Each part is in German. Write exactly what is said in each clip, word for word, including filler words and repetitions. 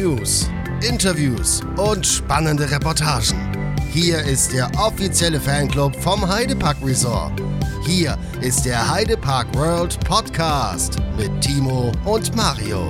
News, Interviews und spannende Reportagen. Hier ist der offizielle Fanclub vom Heidepark Resort. Hier ist der Heidepark World Podcast mit Timo und Mario.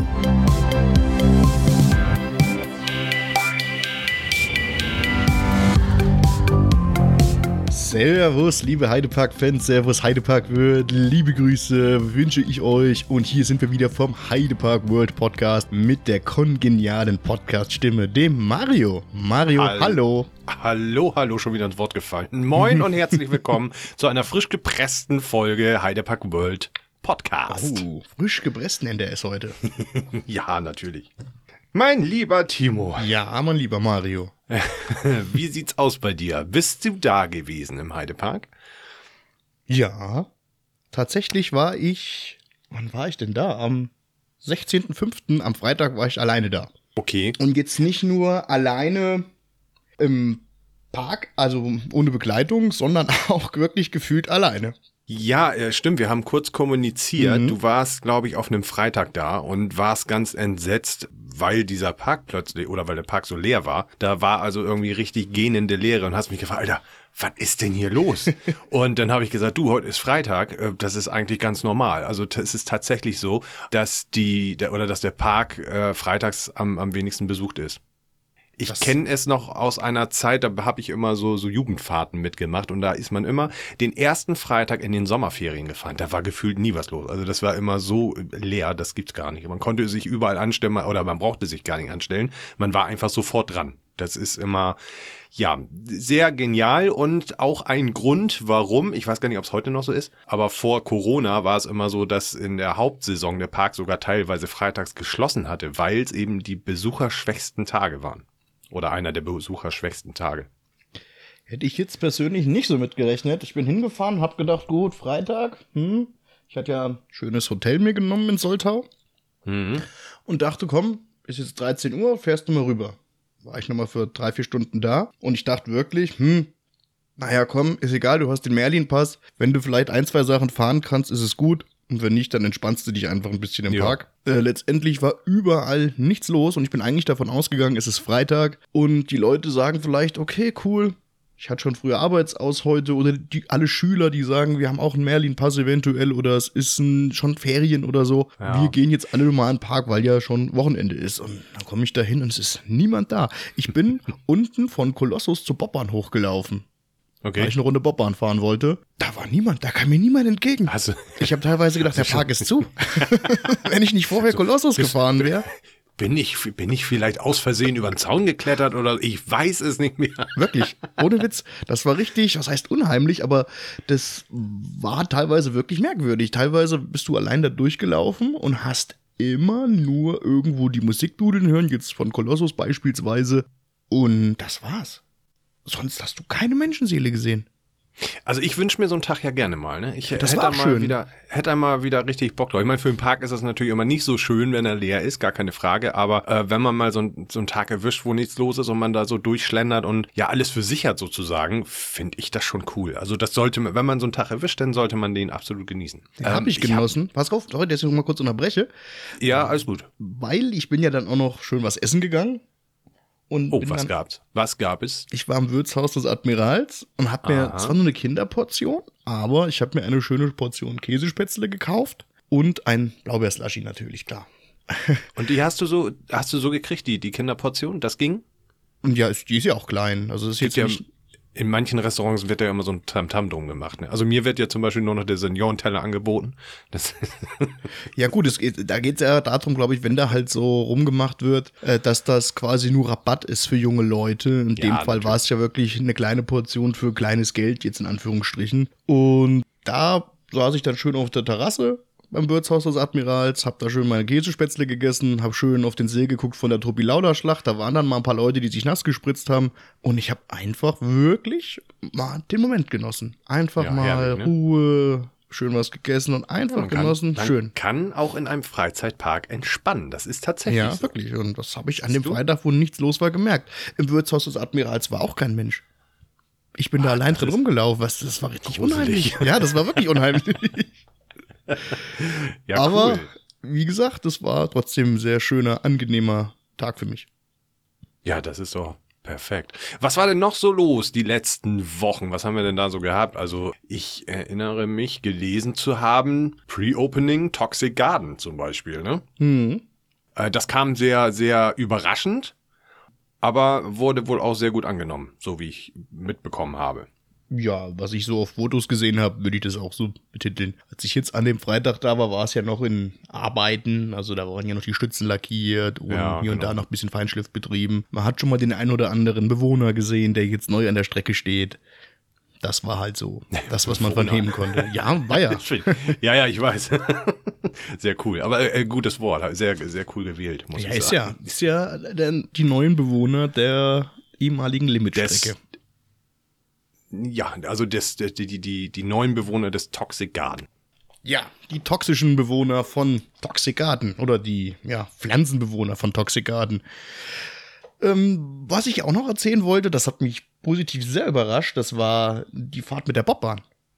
Servus, liebe Heidepark-Fans, Servus Heidepark World, liebe Grüße wünsche ich euch und hier sind wir wieder vom Heidepark World Podcast mit der kongenialen Podcast-Stimme, dem Mario. Mario, Hall- hallo. Hallo, hallo, schon wieder ins Wort gefallen. Moin und herzlich willkommen zu einer frisch gepressten Folge Heidepark World Podcast. Oh, frisch gepresst nennt er es heute. Ja, natürlich. Mein lieber Timo. Ja, mein lieber Mario. Wie sieht's aus bei dir? Bist du da gewesen im Heidepark? Ja, tatsächlich war ich, wann war ich denn da? Am sechzehnten fünften am Freitag war ich alleine da. Okay. Und jetzt nicht nur alleine im Park, also ohne Begleitung, sondern auch wirklich gefühlt alleine. Ja, äh, stimmt, wir haben kurz kommuniziert. Mhm. Du warst, glaube ich, auf einem Freitag da und warst ganz entsetzt, weil dieser Park plötzlich, oder weil der Park so leer war. Da war also irgendwie richtig gähnende Leere und hast mich gefragt, Alter, was ist denn hier los? Und dann habe ich gesagt, du, heute ist Freitag, äh, das ist eigentlich ganz normal. Also t- es ist tatsächlich so, dass die, der, oder dass der Park äh, freitags am, am wenigsten besucht ist. Ich Das- kenne es noch aus einer Zeit, da habe ich immer so, so Jugendfahrten mitgemacht und da ist man immer den ersten Freitag in den Sommerferien gefahren. Da war gefühlt nie was los. Also das war immer so leer, das gibt's gar nicht. Man konnte sich überall anstellen oder man brauchte sich gar nicht anstellen. Man war einfach sofort dran. Das ist immer, ja, sehr genial und auch ein Grund, warum, ich weiß gar nicht, ob es heute noch so ist, aber vor Corona war es immer so, dass in der Hauptsaison der Park sogar teilweise freitags geschlossen hatte, weil es eben die besucherschwächsten Tage waren. Oder einer der besucherschwächsten Tage. Hätte ich jetzt persönlich nicht so mitgerechnet. Ich bin hingefahren, hab gedacht, gut, Freitag, hm. Ich hatte ja ein schönes Hotel mir genommen in Soltau. Mhm. Und dachte, komm, ist jetzt dreizehn Uhr, fährst du mal rüber. War ich nochmal für drei, vier Stunden da. Und ich dachte wirklich, hm, naja, komm, ist egal, du hast den Merlin-Pass. Wenn du vielleicht ein, zwei Sachen fahren kannst, ist es gut. Und wenn nicht, dann entspannst du dich einfach ein bisschen im Ja. Park. Äh, letztendlich war überall nichts los und ich bin eigentlich davon ausgegangen, es ist Freitag und die Leute sagen vielleicht, okay, cool, ich hatte schon früher Arbeitsaus heute oder die, alle Schüler, die sagen, wir haben auch einen Merlin-Pass eventuell oder es ist ein, schon Ferien oder so. Ja. Wir gehen jetzt alle mal in den Park, weil ja schon Wochenende ist. Und dann komme ich da hin und es ist niemand da. Ich bin unten von Kolossus zur Bobbahn hochgelaufen. Weil Okay. ich eine Runde Bobbahn fahren wollte. Da war niemand, da kam mir niemand entgegen. Also, Ich habe teilweise gedacht, der Park ist zu. Wenn ich nicht vorher Kolossus gefahren wäre. bin ich, bin ich vielleicht aus Versehen über den Zaun geklettert oder ich weiß es nicht mehr. Wirklich, ohne Witz. Das war richtig, was heißt unheimlich, aber das war teilweise wirklich merkwürdig. Teilweise bist du allein da durchgelaufen und hast immer nur irgendwo die Musik dudeln hören, jetzt von Kolossus beispielsweise. Und das war's. Sonst hast du keine Menschenseele gesehen. Also ich wünsche mir so einen Tag ja gerne mal, ne? Ich Das hätte war da auch mal schön. wieder, hätte da mal wieder richtig Bock drauf. Ich meine, für den Park ist das natürlich immer nicht so schön, wenn er leer ist, gar keine Frage. Aber äh, wenn man mal so, ein, so einen Tag erwischt, wo nichts los ist und man da so durchschlendert und ja alles für sich hat sozusagen, finde ich das schon cool. Also das sollte man, wenn man so einen Tag erwischt, dann sollte man den absolut genießen. Den habe ich genossen. Pass auf, sorry, dass ich noch mal kurz unterbreche. Hab, ja, alles gut. Weil ich bin ja dann auch noch schön was essen gegangen. Und Oh, bin was dann, gab's? Was gab es? Ich war im Wirtshaus des Admirals und habe mir, Aha. es war nur eine Kinderportion, aber ich habe mir eine schöne Portion Käsespätzle gekauft und ein Blaubeerslushy natürlich, klar. Und die hast du so, hast du so gekriegt, die, die Kinderportion? Das ging? Und ja, ist- die ist ja auch klein. Also das ist Gibt jetzt ja, nicht, in manchen Restaurants wird ja immer so ein Tamtam drum gemacht. Ne? Also mir wird ja zum Beispiel nur noch der Seniorenteller angeboten. Das ja gut, es geht, da geht es ja darum, glaube ich, wenn da halt so rumgemacht wird, äh, dass das quasi nur Rabatt ist für junge Leute. In Ja, dem Fall natürlich. war es ja wirklich eine kleine Portion für kleines Geld, jetzt in Anführungsstrichen. Und da saß ich dann schön auf der Terrasse beim Wirtshaus des Admirals, hab da schön meine Käsespätzle gegessen, hab schön auf den See geguckt von der Truppi-Lauda-Schlacht, da waren dann mal ein paar Leute, die sich nass gespritzt haben und ich habe einfach wirklich mal den Moment genossen. Einfach Ja, mal herrlich, ne? Ruhe, schön was gegessen und einfach man genossen, kann, schön. Man kann auch in einem Freizeitpark entspannen. Das ist tatsächlich Ja, so. wirklich. Und das habe ich an dem du? Freitag, wo nichts los war, gemerkt. Im Wirtshaus des Admirals war auch kein Mensch. Ich bin da allein drin ist rumgelaufen. Was, das war richtig gruselig. unheimlich. Ja, das war wirklich unheimlich. Ja, Aber, cool. wie gesagt, das war trotzdem ein sehr schöner, angenehmer Tag für mich. Ja, das ist doch perfekt. Was war denn noch so los die letzten Wochen? Was haben wir denn da so gehabt? Also ich erinnere mich, gelesen zu haben, Pre-Opening Toxic Garden zum Beispiel, ne? Mhm. Äh, das kam sehr, sehr überraschend, aber wurde wohl auch sehr gut angenommen, so wie ich mitbekommen habe. Ja, was ich so auf Fotos gesehen habe, würde ich das auch so betiteln. Als ich jetzt an dem Freitag da war, war es ja noch in Arbeiten. Also da waren ja noch die Stützen lackiert und Ja, hier und genau. da noch ein bisschen Feinschliff betrieben. Man hat schon mal den einen oder anderen Bewohner gesehen, der jetzt neu an der Strecke steht. Das war halt so das, was man Bewohner. vernehmen konnte. Ja, war ja. Ja, ja, ich weiß. Sehr cool. Aber äh, gutes Wort. Sehr, sehr cool gewählt, muss Ja, ich ist sagen. ja, ist ja der, die neuen Bewohner der ehemaligen Limitstrecke. Ja, also das, die, die, die, die neuen Bewohner des Toxic Garden. Ja, die toxischen Bewohner von Toxic Garden oder die ja, Pflanzenbewohner von Toxic Garden. Ähm, was ich auch noch erzählen wollte, das hat mich positiv sehr überrascht, das war die Fahrt mit der Bobbahn.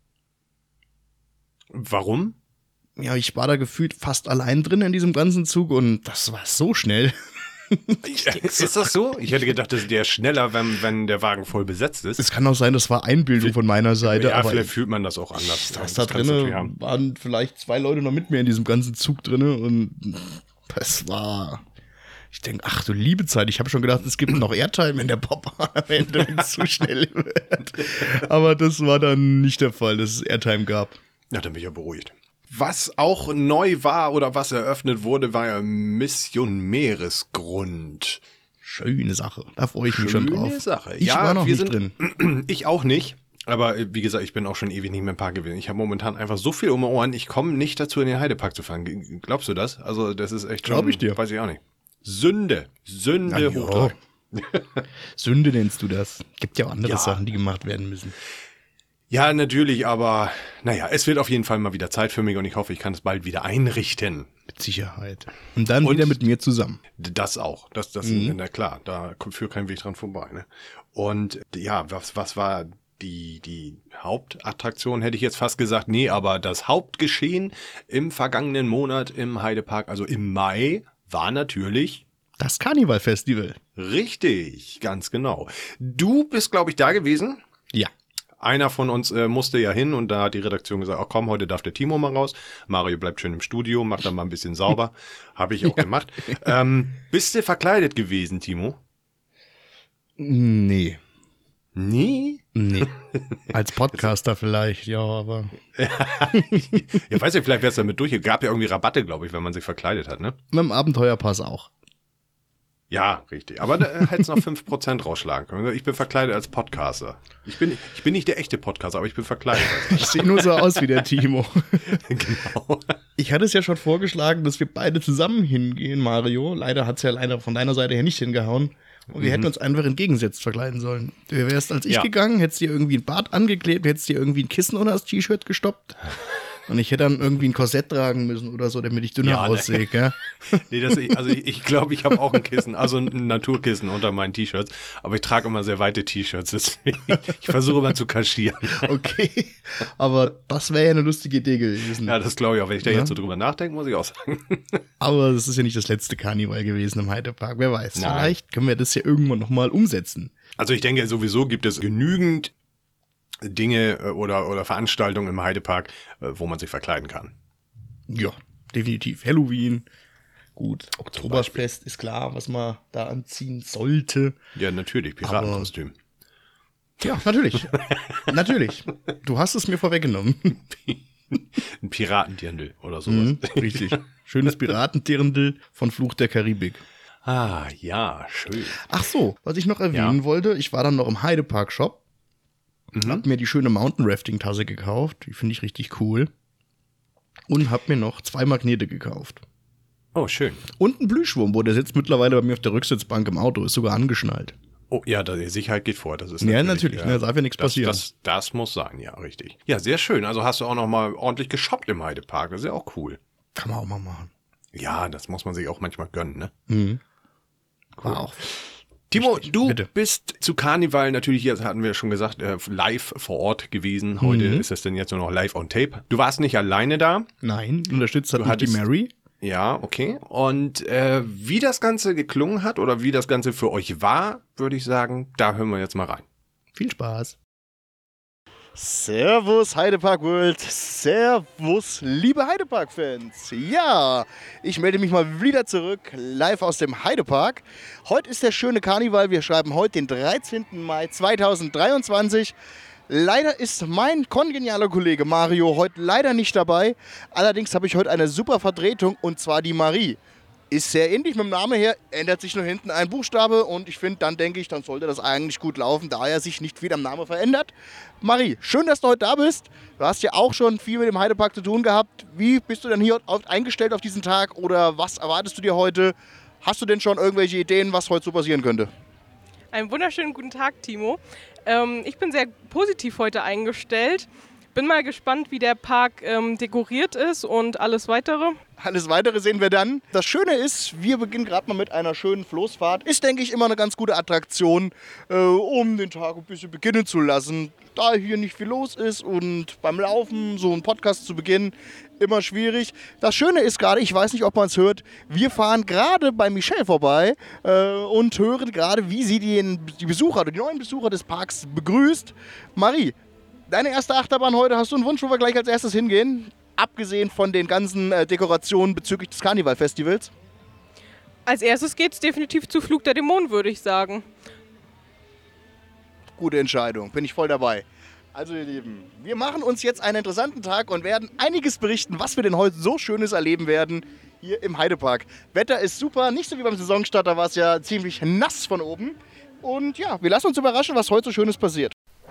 Warum? Ja, ich war da gefühlt fast allein drin in diesem ganzen Zug und das war so schnell. Ist das so? Ich hätte gedacht, das wäre schneller, wenn, wenn der Wagen voll besetzt ist. Es kann auch sein, das war Einbildung von meiner Seite, Ja, aber vielleicht fühlt man das auch anders. da Das da kannst du natürlich drinnen haben. waren vielleicht zwei Leute noch mit mir in diesem ganzen Zug drinne und das war, ich denke, ach du liebe Zeit, ich habe schon gedacht, es gibt noch Airtime in der Bobbahn am Ende, wenn es zu schnell wird. Aber das war dann nicht der Fall, dass es Airtime gab. Ja, dann bin ich ja beruhigt. Was auch neu war oder was eröffnet wurde, war ja Mission Meeresgrund. Schöne Sache, da freue ich mich schon drauf. Schöne Sache. Ich Ja, war noch wir nicht sind- drin. Ich auch nicht. Aber äh, wie gesagt, ich bin auch schon ewig nicht mehr im Park gewesen. Ich habe momentan einfach so viel um die Ohren, ich komme nicht dazu, in den Heidepark zu fahren. G- Glaubst du das? Also das ist echt schon, Glaub ich dir. Weiß ich auch nicht. Sünde. Sünde Ja, hoch ja. drei. Sünde nennst du das. Gibt ja auch andere Ja. Sachen, die gemacht werden müssen. Ja, natürlich, aber naja, es wird auf jeden Fall mal wieder Zeit für mich und ich hoffe, ich kann es bald wieder einrichten. Mit Sicherheit. Und dann Und- wieder mit mir zusammen. Das auch. Das, das, Mhm. na klar, da führt kein Weg dran vorbei. Ne? Und ja, was, was war die, die Hauptattraktion, hätte ich jetzt fast gesagt. Nee, aber das Hauptgeschehen im vergangenen Monat im Heidepark, also im Mai, war natürlich Das Karneval-Festival. richtig, ganz genau. Du bist, glaube ich, da gewesen. Ja. Einer von uns äh, musste ja hin und da hat die Redaktion gesagt, ach komm, heute darf der Timo mal raus. Mario bleibt schön im Studio, macht dann mal ein bisschen sauber. Habe ich auch gemacht. Ähm, bist du verkleidet gewesen, Timo? Nee. Nie? Nee. Als Podcaster vielleicht, ja, aber. Ja, weiß ich, vielleicht wär's damit durch. Es gab ja irgendwie Rabatte, glaube ich, wenn man sich verkleidet hat, ne? Mit dem Abenteuerpass auch. Ja, richtig. Aber da äh, hättest noch fünf Prozent rausschlagen können. Ich bin verkleidet als Podcaster. Ich bin, ich bin nicht der echte Podcaster, aber ich bin verkleidet. Ich sehe nur so aus wie der Timo. Genau. Ich hatte es ja schon vorgeschlagen, dass wir beide zusammen hingehen, Mario. Leider hat es ja leider von deiner Seite her nicht hingehauen. Und wir hätten uns einfach entgegengesetzt verkleiden sollen. Du wärst als ich Ja. gegangen, hättest dir irgendwie ein Bart angeklebt, hättest dir irgendwie ein Kissen unter das T-Shirt gestoppt. Und ich hätte dann irgendwie ein Korsett tragen müssen oder so, damit ich dünner Ja, ne. aussehe, gell? Nee, das, also ich, ich glaube, ich habe auch ein Kissen, also ein Naturkissen unter meinen T-Shirts. Aber ich trage immer sehr weite T-Shirts, deswegen ich versuche immer zu kaschieren. Okay. Aber das wäre ja eine lustige Idee gewesen. Ja, das glaube ich auch. Wenn ich da Ja. jetzt so drüber nachdenke, muss ich auch sagen. Aber das ist ja nicht das letzte Karneval gewesen im Heidepark. Wer weiß. Nein. Vielleicht können wir das ja irgendwann nochmal umsetzen. Also ich denke, sowieso gibt es genügend Dinge äh, oder, oder Veranstaltungen im Heidepark, äh, wo man sich verkleiden kann. Ja, definitiv. Halloween. Gut, Oktoberfest ist klar, was man da anziehen sollte. Ja, natürlich, Piratenkostüm. Ja, natürlich. natürlich. Du hast es mir vorweggenommen. Ein Piratendirndl oder sowas. Mhm, richtig. Schönes Piratendirndl von Fluch der Karibik. Ah, ja, schön. Ach so, was ich noch erwähnen Ja. wollte, ich war dann noch im Heidepark-Shop, Mhm. hab mir die schöne Mountain-Rafting-Tasse gekauft, die finde ich richtig cool, und hab mir noch zwei Magnete gekauft. Oh, schön. Und ein Plüschwurm, wo der sitzt mittlerweile bei mir auf der Rücksitzbank im Auto, ist sogar angeschnallt. Oh, ja, da- die Sicherheit geht vor. Das ist Ja, natürlich, natürlich, ne, darf ja nichts das, passieren. Das, das muss sein, ja, richtig. Ja, sehr schön. Also hast du auch noch mal ordentlich geshoppt im Heidepark. Das ist ja auch cool. Kann man auch mal machen. Ja, das muss man sich auch manchmal gönnen, ne? Mhm. War auch. Timo, Richtig, du bitte. bist zu Karneval natürlich, hier hatten wir schon gesagt, äh, live vor Ort gewesen. Heute Mhm. ist das denn jetzt nur noch live on tape. Du warst nicht alleine da. Nein, unterstützt hat Du mich die hattest- Mary. Ja, okay. Und äh, wie das Ganze geklungen hat oder wie das Ganze für euch war, würde ich sagen, da hören wir jetzt mal rein. Viel Spaß. Servus Heidepark World, servus liebe Heidepark-Fans. Ja, ich melde mich mal wieder zurück, live aus dem Heidepark. Heute ist der schöne Karneval, wir schreiben heute den dreizehnten Mai zweitausenddreiundzwanzig. Leider ist mein kongenialer Kollege Mario heute leider nicht dabei. Allerdings habe ich heute eine super Vertretung und zwar die Marie. Ist sehr ähnlich mit dem Namen her, ändert sich nur hinten ein Buchstabe und ich finde, dann denke ich, dann sollte das eigentlich gut laufen, da er sich nicht viel am Namen verändert. Marie, schön, dass du heute da bist. Du hast ja auch schon viel mit dem Heidepark zu tun gehabt. Wie bist du denn hier eingestellt auf diesen Tag oder was erwartest du dir heute? Hast du denn schon irgendwelche Ideen, was heute so passieren könnte? Einen wunderschönen guten Tag, Timo. Ähm, ich bin sehr positiv heute eingestellt. Bin mal gespannt, wie der Park ähm, dekoriert ist und alles Weitere. Alles Weitere sehen wir dann. Das Schöne ist, wir beginnen gerade mal mit einer schönen Floßfahrt. Ist, denke ich, immer eine ganz gute Attraktion, äh, um den Tag ein bisschen beginnen zu lassen. Da hier nicht viel los ist und beim Laufen so einen Podcast zu beginnen, immer schwierig. Das Schöne ist gerade, ich weiß nicht, ob man es hört, wir fahren gerade bei Michelle vorbei äh, und hören gerade, wie sie den, die Besucher, die neuen Besucher des Parks begrüßt. Marie, deine erste Achterbahn heute, hast du einen Wunsch, wo wir gleich als erstes hingehen? Abgesehen von den ganzen äh, Dekorationen bezüglich des Karnevalfestivals? Als erstes geht es definitiv zu Flug der Dämonen, würde ich sagen. Gute Entscheidung, bin ich voll dabei. Also ihr Lieben, wir machen uns jetzt einen interessanten Tag und werden einiges berichten, was wir denn heute so Schönes erleben werden hier im Heidepark. Wetter ist super, nicht so wie beim Saisonstart, da war es ja ziemlich nass von oben. Und ja, wir lassen uns überraschen, was heute so Schönes passiert.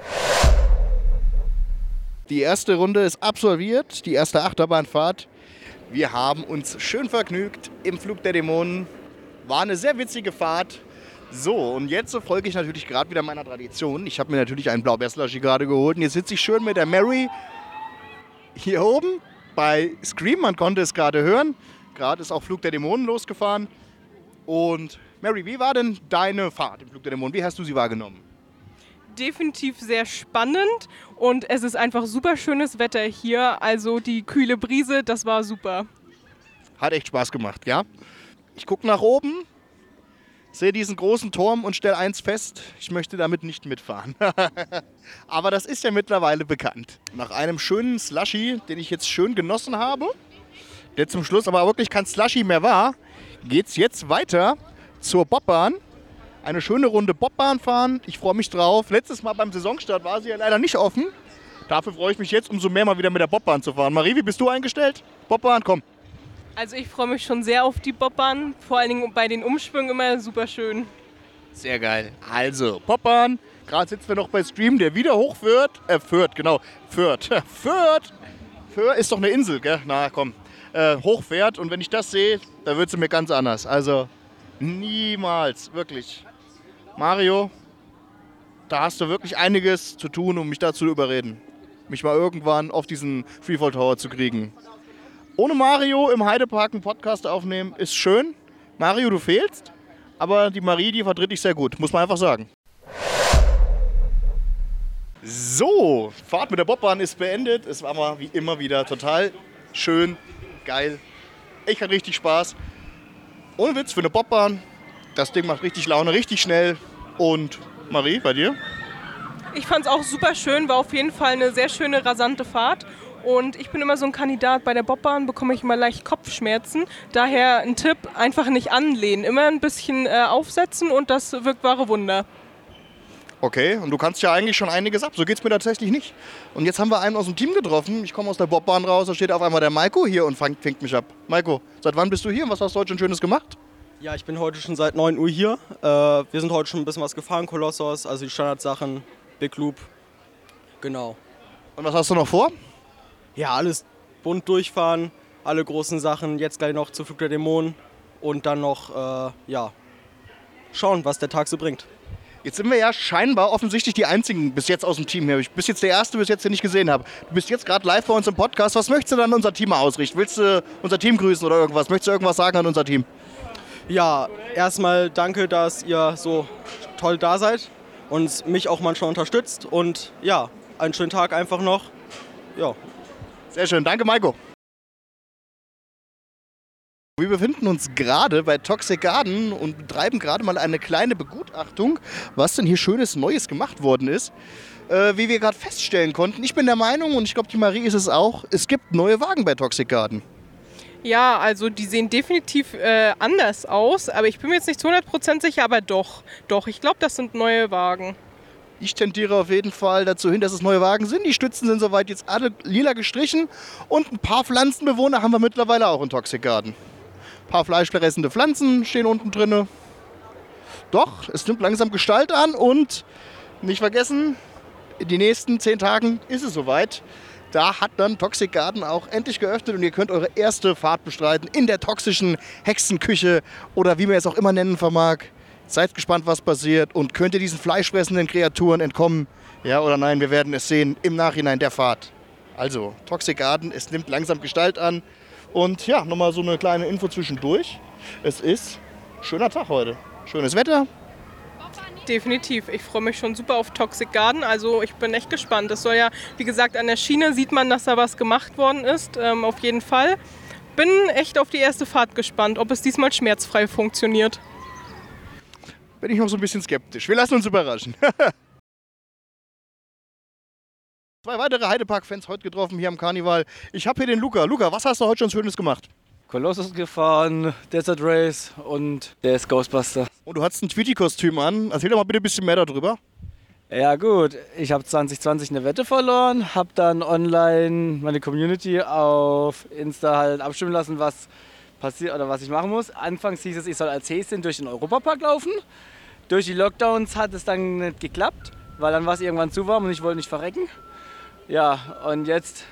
Die erste Runde ist absolviert, die erste Achterbahnfahrt. Wir haben uns schön vergnügt im Flug der Dämonen. War eine sehr witzige Fahrt. So, und jetzt folge ich natürlich gerade wieder meiner Tradition. Ich habe mir natürlich einen Blaubeerslushy gerade geholt. Und jetzt sitze ich schön mit der Mary hier oben bei Scream. Man konnte es gerade hören. Gerade ist auch Flug der Dämonen losgefahren. Und Mary, wie war denn deine Fahrt im Flug der Dämonen? Wie hast du sie wahrgenommen? Definitiv sehr spannend und es ist einfach super schönes Wetter hier. Also die kühle Brise, das war super. Hat echt Spaß gemacht, ja? Ich gucke nach oben, sehe diesen großen Turm und stelle eins fest, ich möchte damit nicht mitfahren. Aber das ist ja mittlerweile bekannt. Nach einem schönen Slushy, den ich jetzt schön genossen habe, der zum Schluss aber wirklich kein Slushy mehr war, geht es jetzt weiter zur Bobbahn. Eine schöne Runde Bobbahn fahren, ich freue mich drauf. Letztes Mal beim Saisonstart war sie ja leider nicht offen. Dafür freue ich mich jetzt umso mehr mal wieder mit der Bobbahn zu fahren. Marie, wie bist du eingestellt? Bobbahn, komm. Also ich freue mich schon sehr auf die Bobbahn, vor allen Dingen bei den Umschwüngen immer super schön. Sehr geil. Also, Bobbahn. Gerade sitzen wir noch bei Stream, der wieder hochführt. Äh, führt, genau. Führt. Führt. Führt ist doch eine Insel, gell? Na, komm. Äh, hochfährt und wenn ich das sehe, da wird es mir ganz anders. Also, niemals. Wirklich. Mario, da hast du wirklich einiges zu tun, um mich dazu zu überreden. Mich mal irgendwann auf diesen Freefall Tower zu kriegen. Ohne Mario im Heidepark einen Podcast aufnehmen ist schön. Mario, du fehlst. Aber die Marie, die vertritt dich sehr gut, muss man einfach sagen. So, Fahrt mit der Bobbahn ist beendet. Es war mal wie immer wieder total schön, geil. Ich hatte richtig Spaß. Ohne Witz, für eine Bobbahn. Das Ding macht richtig Laune, richtig schnell. Und Marie, bei dir? Ich fand es auch super schön, war auf jeden Fall eine sehr schöne, rasante Fahrt. Und ich bin immer so ein Kandidat, bei der Bobbahn bekomme ich immer leicht Kopfschmerzen. Daher ein Tipp, einfach nicht anlehnen. Immer ein bisschen äh, aufsetzen und das wirkt wahre Wunder. Okay, und du kannst ja eigentlich schon einiges ab. So geht's mir tatsächlich nicht. Und jetzt haben wir einen aus dem Team getroffen. Ich komme aus der Bobbahn raus, da steht auf einmal der Maiko hier und fängt, fängt mich ab. Maiko, seit wann bist du hier und was hast du heute schon Schönes gemacht? Ja, ich bin heute schon seit neun Uhr hier. Äh, wir sind heute schon ein bisschen was gefahren, Kolossos, also die Standardsachen, Big Loop. Genau. Und was hast du noch vor? Ja, alles bunt durchfahren, alle großen Sachen, jetzt gleich noch zu Flug der Dämonen und dann noch, äh, ja, schauen, was der Tag so bringt. Jetzt sind wir ja scheinbar offensichtlich die Einzigen bis jetzt aus dem Team hier. Ich bin jetzt der Erste, bis jetzt, den ich gesehen habe. Du bist jetzt gerade live bei uns im Podcast. Was möchtest du dann unser Team ausrichten? Willst du unser Team grüßen oder irgendwas? Möchtest du irgendwas sagen an unser Team? Ja, erstmal danke, dass ihr so toll da seid und mich auch manchmal unterstützt. Und ja, einen schönen Tag einfach noch. Ja. Sehr schön. Danke, Maiko. Wir befinden uns gerade bei Toxic Garden und betreiben gerade mal eine kleine Begutachtung, was denn hier Schönes Neues gemacht worden ist. Äh, wie wir gerade feststellen konnten, ich bin der Meinung, und ich glaube, die Marie ist es auch, es gibt neue Wagen bei Toxic Garden. Ja, also die sehen definitiv äh, anders aus, aber ich bin mir jetzt nicht zu hundert Prozent sicher, aber doch, doch, ich glaube, das sind neue Wagen. Ich tendiere auf jeden Fall dazu hin, dass es neue Wagen sind. Die Stützen sind soweit jetzt alle lila gestrichen und ein paar Pflanzenbewohner haben wir mittlerweile auch in Toxic Garden. Ein paar fleischfressende Pflanzen stehen unten drin. Doch, es nimmt langsam Gestalt an und nicht vergessen, in den nächsten zehn Tagen ist es soweit. Da hat dann Toxic Garden auch endlich geöffnet und ihr könnt eure erste Fahrt bestreiten in der toxischen Hexenküche oder wie man es auch immer nennen vermag. Seid gespannt, was passiert und könnt ihr diesen fleischfressenden Kreaturen entkommen? Ja oder nein, wir werden es sehen im Nachhinein der Fahrt. Also, Toxic Garden, es nimmt langsam Gestalt an. Und ja, nochmal so eine kleine Info zwischendurch. Es ist ein schöner Tag heute. Schönes Wetter. Definitiv. Ich freue mich schon super auf Toxic Garden. Also ich bin echt gespannt. Das soll ja, wie gesagt, an der Schiene sieht man, dass da was gemacht worden ist. Ähm, auf jeden Fall. Bin echt auf die erste Fahrt gespannt, ob es diesmal schmerzfrei funktioniert. Bin ich noch so ein bisschen skeptisch. Wir lassen uns überraschen. Zwei weitere Heidepark-Fans heute getroffen hier am Karneval. Ich habe hier den Luca. Luca, was hast du heute schon Schönes gemacht? Colossus gefahren, Desert Race und der ist Ghostbuster. Und du hattest ein Tweety-Kostüm an. Erzähl doch mal bitte ein bisschen mehr darüber. Ja gut, ich habe zwanzig zwanzig eine Wette verloren, habe dann online meine Community auf Insta halt abstimmen lassen, was passiert oder was ich machen muss. Anfangs hieß es, ich soll als Häschen durch den Europapark laufen. Durch die Lockdowns hat es dann nicht geklappt, weil dann war es irgendwann zu warm und ich wollte nicht verrecken. Ja, und jetzt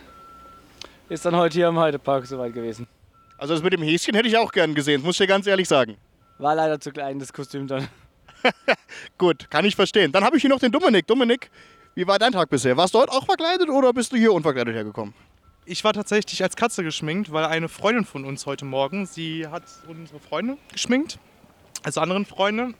ist dann heute hier im Heidepark soweit gewesen. Also das mit dem Häschen hätte ich auch gern gesehen, muss ich dir ganz ehrlich sagen. War leider zu klein, das Kostüm dann. Gut, kann ich verstehen. Dann habe ich hier noch den Dominik. Dominik, wie war dein Tag bisher? Warst du heute auch verkleidet oder bist du hier unverkleidet hergekommen? Ich war tatsächlich als Katze geschminkt, weil eine Freundin von uns heute Morgen, sie hat unsere Freunde geschminkt, also anderen Freunde.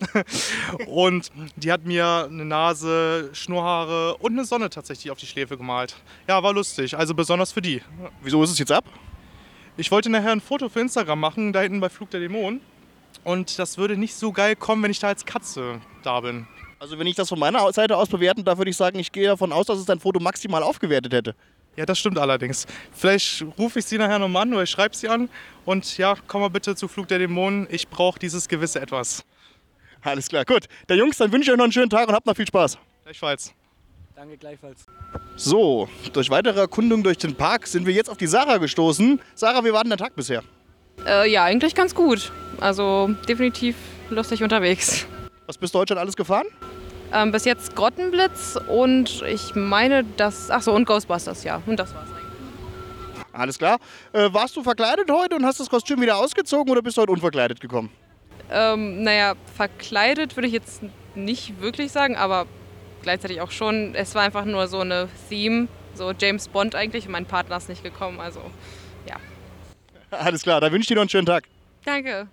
Und die hat mir eine Nase, Schnurrhaare und eine Sonne tatsächlich auf die Schläfe gemalt. Ja, war lustig, also besonders für die. Wieso ist es jetzt ab? Ich wollte nachher ein Foto für Instagram machen, da hinten bei Flug der Dämonen. Und das würde nicht so geil kommen, wenn ich da als Katze da bin. Also wenn ich das von meiner Seite aus bewerten darf, würde ich sagen, ich gehe davon aus, dass es dein Foto maximal aufgewertet hätte. Ja, das stimmt allerdings. Vielleicht rufe ich sie nachher nochmal an oder ich schreibe sie an. Und ja, komm mal bitte zu Flug der Dämonen. Ich brauche dieses gewisse Etwas. Alles klar, gut. Der Jungs, dann wünsche ich euch noch einen schönen Tag und habt noch viel Spaß. Gleichfalls. Danke gleichfalls. So, durch weitere Erkundung durch den Park sind wir jetzt auf die Sarah gestoßen. Sarah, wie war denn der Tag bisher? Äh, ja, eigentlich ganz gut. Also definitiv lustig unterwegs. Was bist du heute schon alles gefahren? Ähm, bis jetzt Grottenblitz und ich meine, das. Achso, und Ghostbusters, ja. Und das war's eigentlich. Alles klar. Äh, warst du verkleidet heute und hast das Kostüm wieder ausgezogen oder bist du heute unverkleidet gekommen? Ähm, naja, verkleidet würde ich jetzt nicht wirklich sagen, aber gleichzeitig auch schon. Es war einfach nur so eine Theme, so James Bond eigentlich. Und mein Partner ist nicht gekommen, also ja. Alles klar, dann wünsche ich dir noch einen schönen Tag. Danke.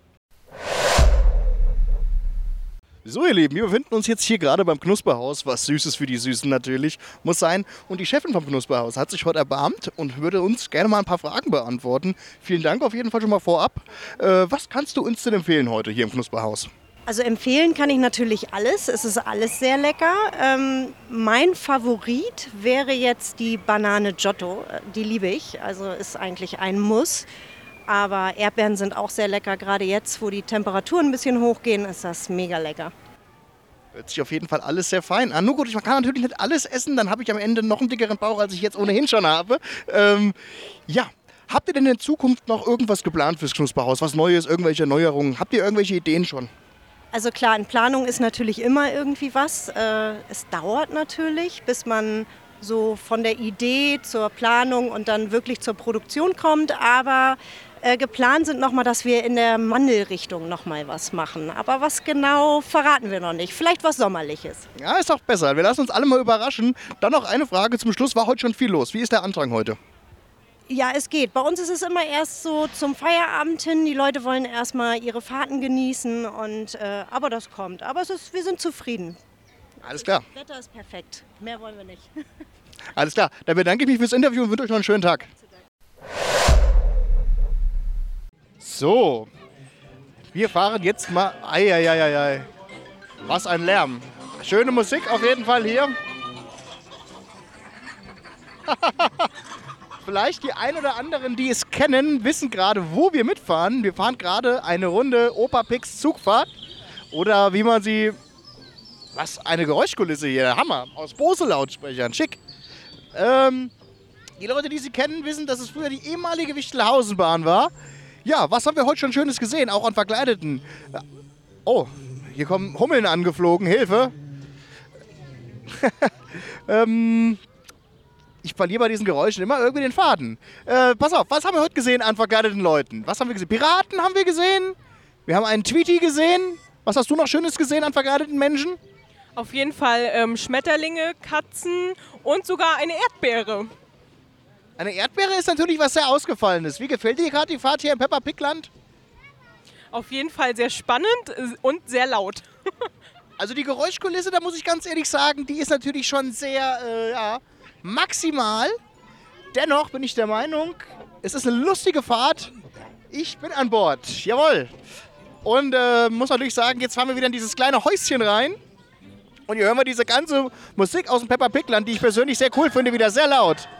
So ihr Lieben, wir befinden uns jetzt hier gerade beim Knusperhaus, was Süßes für die Süßen natürlich, muss sein. Und die Chefin vom Knusperhaus hat sich heute erbarmt und würde uns gerne mal ein paar Fragen beantworten. Vielen Dank auf jeden Fall schon mal vorab. Äh, was kannst du uns denn empfehlen heute hier im Knusperhaus? Also empfehlen kann ich natürlich alles, es ist alles sehr lecker. Ähm, mein Favorit wäre jetzt die Banane Giotto, die liebe ich, also ist eigentlich ein Muss. Aber Erdbeeren sind auch sehr lecker, gerade jetzt, wo die Temperaturen ein bisschen hochgehen, ist das mega lecker. Hört sich auf jeden Fall alles sehr fein an. Nur gut, ich kann natürlich nicht alles essen, dann habe ich am Ende noch einen dickeren Bauch, als ich jetzt ohnehin schon habe. Ähm, ja, habt ihr denn in Zukunft noch irgendwas geplant fürs Knusperhaus? Was Neues, irgendwelche Neuerungen? Habt ihr irgendwelche Ideen schon? Also klar, in Planung ist natürlich immer irgendwie was. Äh, es dauert natürlich, bis man so von der Idee zur Planung und dann wirklich zur Produktion kommt. Aber äh, geplant sind nochmal, dass wir in der Mandelrichtung nochmal was machen. Aber was genau, verraten wir noch nicht. Vielleicht was Sommerliches. Ja, ist doch besser. Wir lassen uns alle mal überraschen. Dann noch eine Frage zum Schluss. War heute schon viel los? Wie ist der Andrang heute? Ja, es geht. Bei uns ist es immer erst so zum Feierabend hin. Die Leute wollen erstmal ihre Fahrten genießen. Und, äh, aber das kommt. Aber es ist, wir sind zufrieden. Alles klar. Das Wetter ist perfekt. Mehr wollen wir nicht. Alles klar. Dann bedanke ich mich fürs Interview und wünsche euch noch einen schönen Tag. So, wir fahren jetzt mal. Eieieiei. Was ein Lärm. Schöne Musik auf jeden Fall hier. Vielleicht die ein oder anderen, die es kennen, wissen gerade, wo wir mitfahren. Wir fahren gerade eine Runde Opa Pix Zugfahrt. Oder wie man sie... Was eine Geräuschkulisse hier, Hammer. Aus Bose-Lautsprechern, schick. Ähm, die Leute, die sie kennen, wissen, dass es früher die ehemalige Wichtelhausenbahn war. Ja, was haben wir heute schon Schönes gesehen, auch an Verkleideten? Oh, hier kommen Hummeln angeflogen, Hilfe. ähm... Ich verliere bei diesen Geräuschen immer irgendwie den Faden. Äh, pass auf, was haben wir heute gesehen an verkleideten Leuten? Was haben wir gesehen? Piraten haben wir gesehen. Wir haben einen Tweety gesehen. Was hast du noch Schönes gesehen an verkleideten Menschen? Auf jeden Fall ähm, Schmetterlinge, Katzen und sogar eine Erdbeere. Eine Erdbeere ist natürlich was sehr Ausgefallenes. Wie gefällt dir gerade die Fahrt hier im Peppa Pig Land? Auf jeden Fall sehr spannend und sehr laut. Also die Geräuschkulisse, da muss ich ganz ehrlich sagen, die ist natürlich schon sehr, äh, ja... maximal. Dennoch bin ich der Meinung, es ist eine lustige Fahrt. Ich bin an Bord. Jawohl. Und äh, muss natürlich sagen, jetzt fahren wir wieder in dieses kleine Häuschen rein. Und hier hören wir diese ganze Musik aus dem Peppa Pig Land, die ich persönlich sehr cool finde, wieder sehr laut.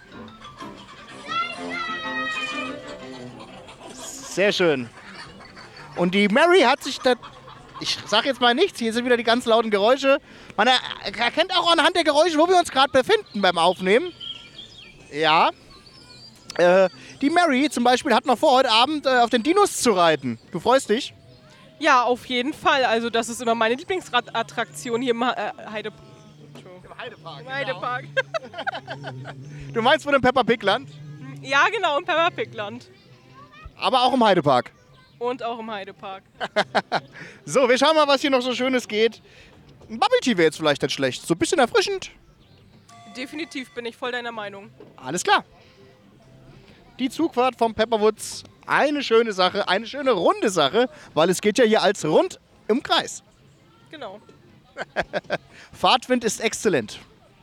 Sehr schön. Und die Mary hat sich da... Ich sag jetzt mal nichts, hier sind wieder die ganz lauten Geräusche. Man erkennt auch anhand der Geräusche, wo wir uns gerade befinden beim Aufnehmen. Ja. Äh, die Mary zum Beispiel hat noch vor, heute Abend äh, auf den Dinos zu reiten. Du freust dich? Ja, auf jeden Fall. Also das ist immer meine Lieblingsattraktion hier im äh, Heide Im Heidepark. Im Heidepark. Genau. Du meinst von dem Peppa Pig Land? Ja, genau, im Peppa Pig Land. Aber auch im Heidepark. Und auch im Heidepark. So, wir schauen mal, was hier noch so Schönes geht. Ein Bubble Tea wäre jetzt vielleicht nicht schlecht. So ein bisschen erfrischend. Definitiv bin ich voll deiner Meinung. Alles klar. Die Zugfahrt vom Pepperwoods, eine schöne Sache, eine schöne runde Sache, weil es geht ja hier als rund im Kreis. Genau. Fahrtwind ist exzellent.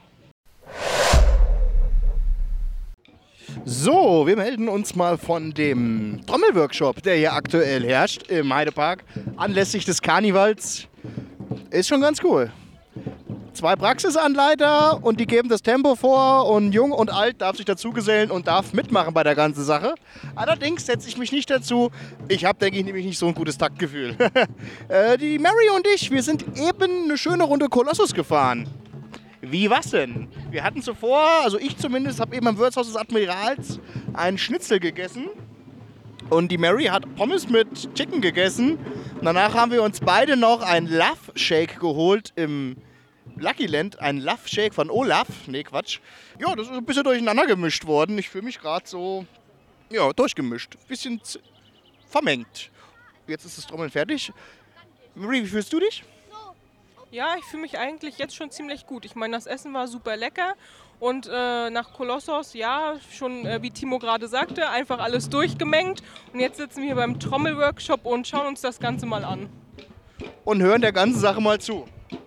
So, wir melden uns mal von dem Trommelworkshop, der hier aktuell herrscht im Heidepark, anlässlich des Karnevals. Ist schon ganz cool. Zwei Praxisanleiter und die geben das Tempo vor und Jung und Alt darf sich dazugesellen und darf mitmachen bei der ganzen Sache. Allerdings setze ich mich nicht dazu. Ich habe, denke ich, nämlich nicht so ein gutes Taktgefühl. äh, die Mary und ich, wir sind eben eine schöne Runde Kolossus gefahren. Wie was denn? Wir hatten zuvor, also ich zumindest, habe eben am Wirtshaus des Admirals einen Schnitzel gegessen. Und die Mary hat Pommes mit Chicken gegessen. Und danach haben wir uns beide noch einen Love Shake geholt im Lucky Land. Ein Love Shake von Olaf. Nee, Quatsch. Ja, das ist ein bisschen durcheinander gemischt worden. Ich fühle mich gerade so, ja, durchgemischt. Ein bisschen vermengt. Jetzt ist das Trommeln fertig. Mary, wie fühlst du dich? Ja, ich fühle mich eigentlich jetzt schon ziemlich gut. Ich meine, das Essen war super lecker und äh, nach Kolossos, ja, schon äh, wie Timo gerade sagte, einfach alles durchgemengt. Und jetzt sitzen wir hier beim Trommelworkshop und schauen uns das Ganze mal an. Und hören der ganzen Sache mal zu.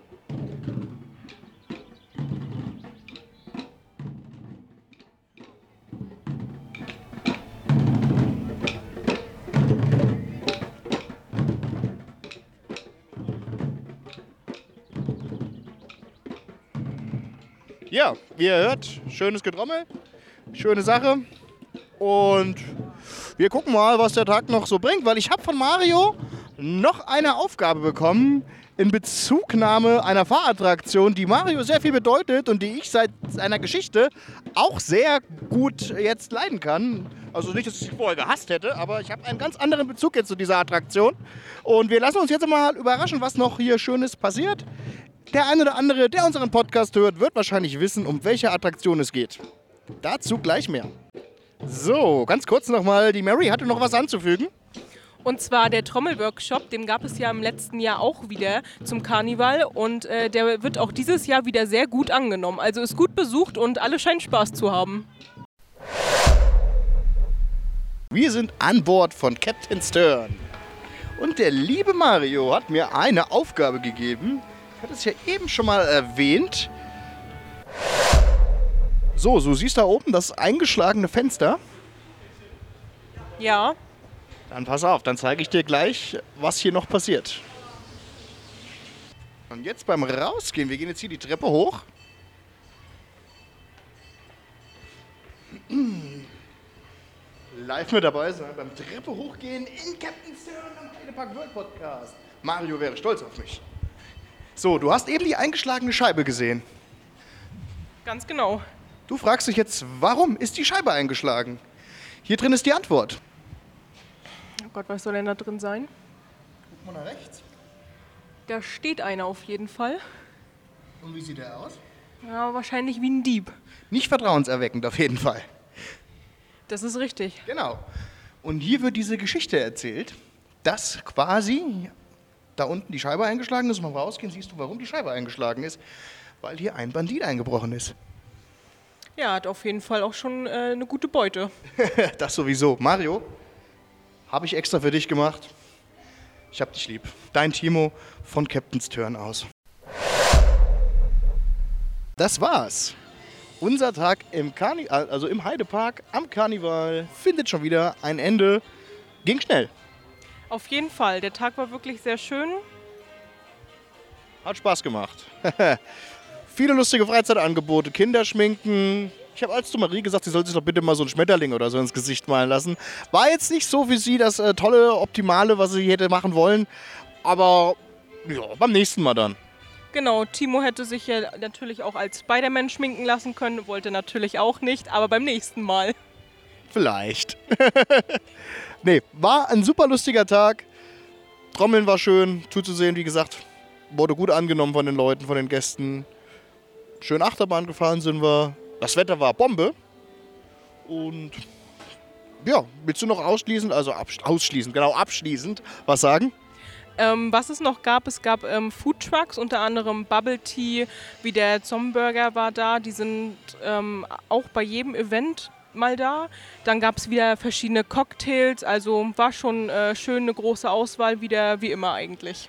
Ja, wie ihr hört, schönes Getrommel, schöne Sache und wir gucken mal, was der Tag noch so bringt, weil ich habe von Mario noch eine Aufgabe bekommen in Bezugnahme einer Fahrattraktion, die Mario sehr viel bedeutet und die ich seit seiner Geschichte auch sehr gut jetzt leiden kann. Also nicht, dass ich sie vorher gehasst hätte, aber ich habe einen ganz anderen Bezug jetzt zu dieser Attraktion und wir lassen uns jetzt mal überraschen, was noch hier Schönes passiert. Der eine oder andere, der unseren Podcast hört, wird wahrscheinlich wissen, um welche Attraktion es geht. Dazu gleich mehr. So, ganz kurz nochmal, die Mary hatte noch was anzufügen. Und zwar der Trommelworkshop, den gab es ja im letzten Jahr auch wieder zum Karneval und äh, der wird auch dieses Jahr wieder sehr gut angenommen. Also ist gut besucht und alle scheinen Spaß zu haben. Wir sind an Bord von Captain Stern. Und der liebe Mario hat mir eine Aufgabe gegeben. Ich hatte es ja eben schon mal erwähnt. So, so siehst du da oben das eingeschlagene Fenster. Ja. Dann pass auf, dann zeige ich dir gleich, was hier noch passiert. Und jetzt beim Rausgehen, wir gehen jetzt hier die Treppe hoch. Live mit dabei sein, beim Treppe hochgehen in Captain's Turn am Heidepark World Podcast. Mario wäre stolz auf mich. So, du hast eben die eingeschlagene Scheibe gesehen. Ganz genau. Du fragst dich jetzt, warum ist die Scheibe eingeschlagen? Hier drin ist die Antwort. Oh Gott, was soll denn da drin sein? Guck mal nach rechts. Da steht einer auf jeden Fall. Und wie sieht er aus? Ja, wahrscheinlich wie ein Dieb. Nicht vertrauenserweckend auf jeden Fall. Das ist richtig. Genau. Und hier wird diese Geschichte erzählt, dass quasi da unten die Scheibe eingeschlagen ist. Und beim Rausgehen siehst du, warum die Scheibe eingeschlagen ist. Weil hier ein Bandit eingebrochen ist. Ja, hat auf jeden Fall auch schon äh, eine gute Beute. Das sowieso. Mario, habe ich extra für dich gemacht. Ich hab dich lieb. Dein Timo von Captain's Turn aus. Das war's. Unser Tag im Karni- also im Heidepark am Karneval findet schon wieder ein Ende. Ging schnell. Auf jeden Fall. Der Tag war wirklich sehr schön. Hat Spaß gemacht. Viele lustige Freizeitangebote, Kinderschminken. Ich habe als zu Marie gesagt, sie soll sich doch bitte mal so einen Schmetterling oder so ins Gesicht malen lassen. War jetzt nicht so für sie das äh, tolle, optimale, was sie hätte machen wollen. Aber ja, beim nächsten Mal dann. Genau, Timo hätte sich ja natürlich auch als Spider-Man schminken lassen können, wollte natürlich auch nicht, aber beim nächsten Mal. Vielleicht. Nee, war ein super lustiger Tag. Trommeln war schön zuzusehen, wie gesagt. Wurde gut angenommen von den Leuten, von den Gästen. Schön Achterbahn gefahren sind wir. Das Wetter war Bombe. Und ja, willst du noch ausschließend, also absch- ausschließend, genau abschließend, was sagen? Ähm, was es noch gab, es gab ähm, Foodtrucks, unter anderem Bubble Tea, wie der Zomburger war da. Die sind ähm, auch bei jedem Event mal da. Dann gab es wieder verschiedene Cocktails, also war schon äh, schön eine große Auswahl, wieder wie immer eigentlich.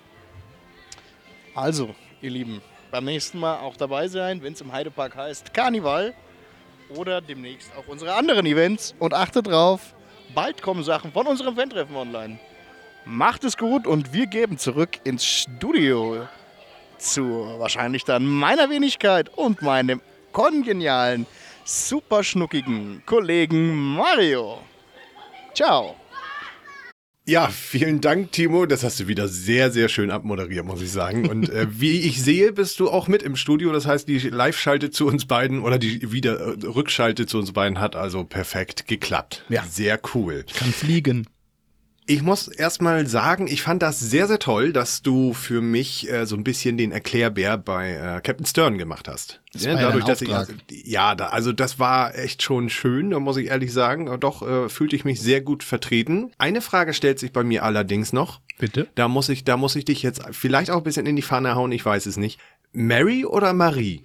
Also, ihr Lieben, beim nächsten Mal auch dabei sein, wenn es im Heidepark heißt Karneval oder demnächst auch unsere anderen Events. Und achtet drauf, bald kommen Sachen von unserem Fan-Treffen online. Macht es gut und wir geben zurück ins Studio zu wahrscheinlich dann meiner Wenigkeit und meinem kongenialen, super schnuckigen Kollegen Mario. Ciao. Ja, vielen Dank, Timo. Das hast du wieder sehr, sehr schön abmoderiert, muss ich sagen. Und äh, wie ich sehe, bist du auch mit im Studio. Das heißt, die Live-Schalte zu uns beiden oder die wieder äh, Rückschalte zu uns beiden hat also perfekt geklappt. Ja. Sehr cool. Kann fliegen. Ich muss erstmal sagen, ich fand das sehr, sehr toll, dass du für mich äh, so ein bisschen den Erklärbär bei äh, Captain Stern gemacht hast. Das ja, war ja dadurch, dein dass ich, also, ja, da, also das war echt schon schön, da muss ich ehrlich sagen. Aber doch äh, fühlte ich mich sehr gut vertreten. Eine Frage stellt sich bei mir allerdings noch. Bitte? Da muss ich, da muss ich dich jetzt vielleicht auch ein bisschen in die Pfanne hauen, ich weiß es nicht. Mary oder Marie?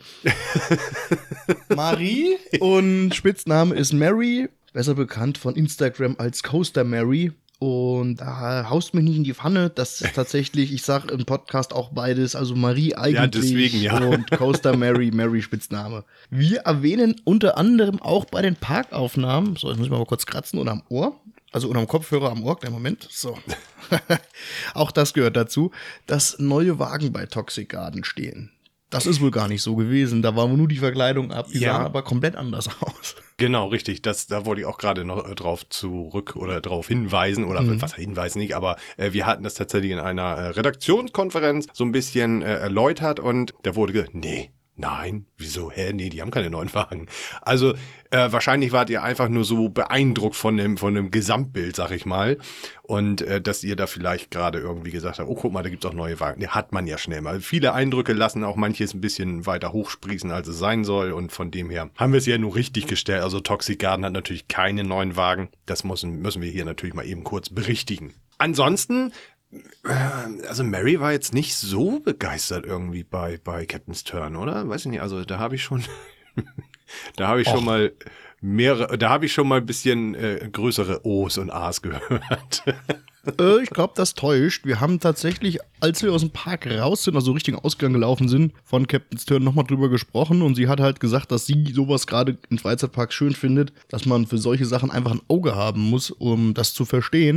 Marie und Spitzname ist Mary, besser bekannt von Instagram als Coaster Mary. Und da haust mich nicht in die Pfanne, das ist tatsächlich, ich sag im Podcast auch beides, also Marie eigentlich Ja, deswegen, ja. und Coaster Mary, Mary Spitzname. Wir erwähnen unter anderem auch bei den Parkaufnahmen, so, jetzt muss ich mal kurz kratzen, unterm Ohr, also unterm Kopfhörer am Ohr, kleinen Moment, so. Auch das gehört dazu, dass neue Wagen bei Toxic Garden stehen. Das ist wohl gar nicht so gewesen, da war nur die Verkleidung ab, die Ja. sah aber komplett anders aus. Genau, richtig. Das, da wollte ich auch gerade noch äh, drauf zurück oder drauf hinweisen oder Mhm. was hinweisen nicht, aber äh, wir hatten das tatsächlich in einer äh, Redaktionskonferenz so ein bisschen äh, erläutert und da wurde gesagt, nee, nein, wieso, hä, nee, die haben keine neuen Wagen. Also äh, wahrscheinlich wart ihr einfach nur so beeindruckt von dem, von dem Gesamtbild, sag ich mal, und äh, dass ihr da vielleicht gerade irgendwie gesagt habt, oh, guck mal, da gibt's auch neue Wagen. Nee, hat man ja schnell mal. Viele Eindrücke lassen auch manches ein bisschen weiter hochsprießen, als es sein soll, und von dem her haben wir es ja nur richtig gestellt. Also Toxic Garden hat natürlich keine neuen Wagen. Das müssen, müssen wir hier natürlich mal eben kurz berichtigen. Ansonsten, also Mary war jetzt nicht so begeistert irgendwie bei, bei Captain's Turn, oder? Weiß ich nicht, also da habe ich schon, da habe ich schon mal mehrere, da habe ich schon mal ein bisschen äh, größere O's und A's gehört. Äh, ich glaube, das täuscht. Wir haben tatsächlich, als wir aus dem Park raus sind, also Richtung Ausgang gelaufen sind, von Captain's Turn nochmal drüber gesprochen und sie hat halt gesagt, dass sie sowas gerade in Freizeitparks schön findet, dass man für solche Sachen einfach ein Auge haben muss, um das zu verstehen.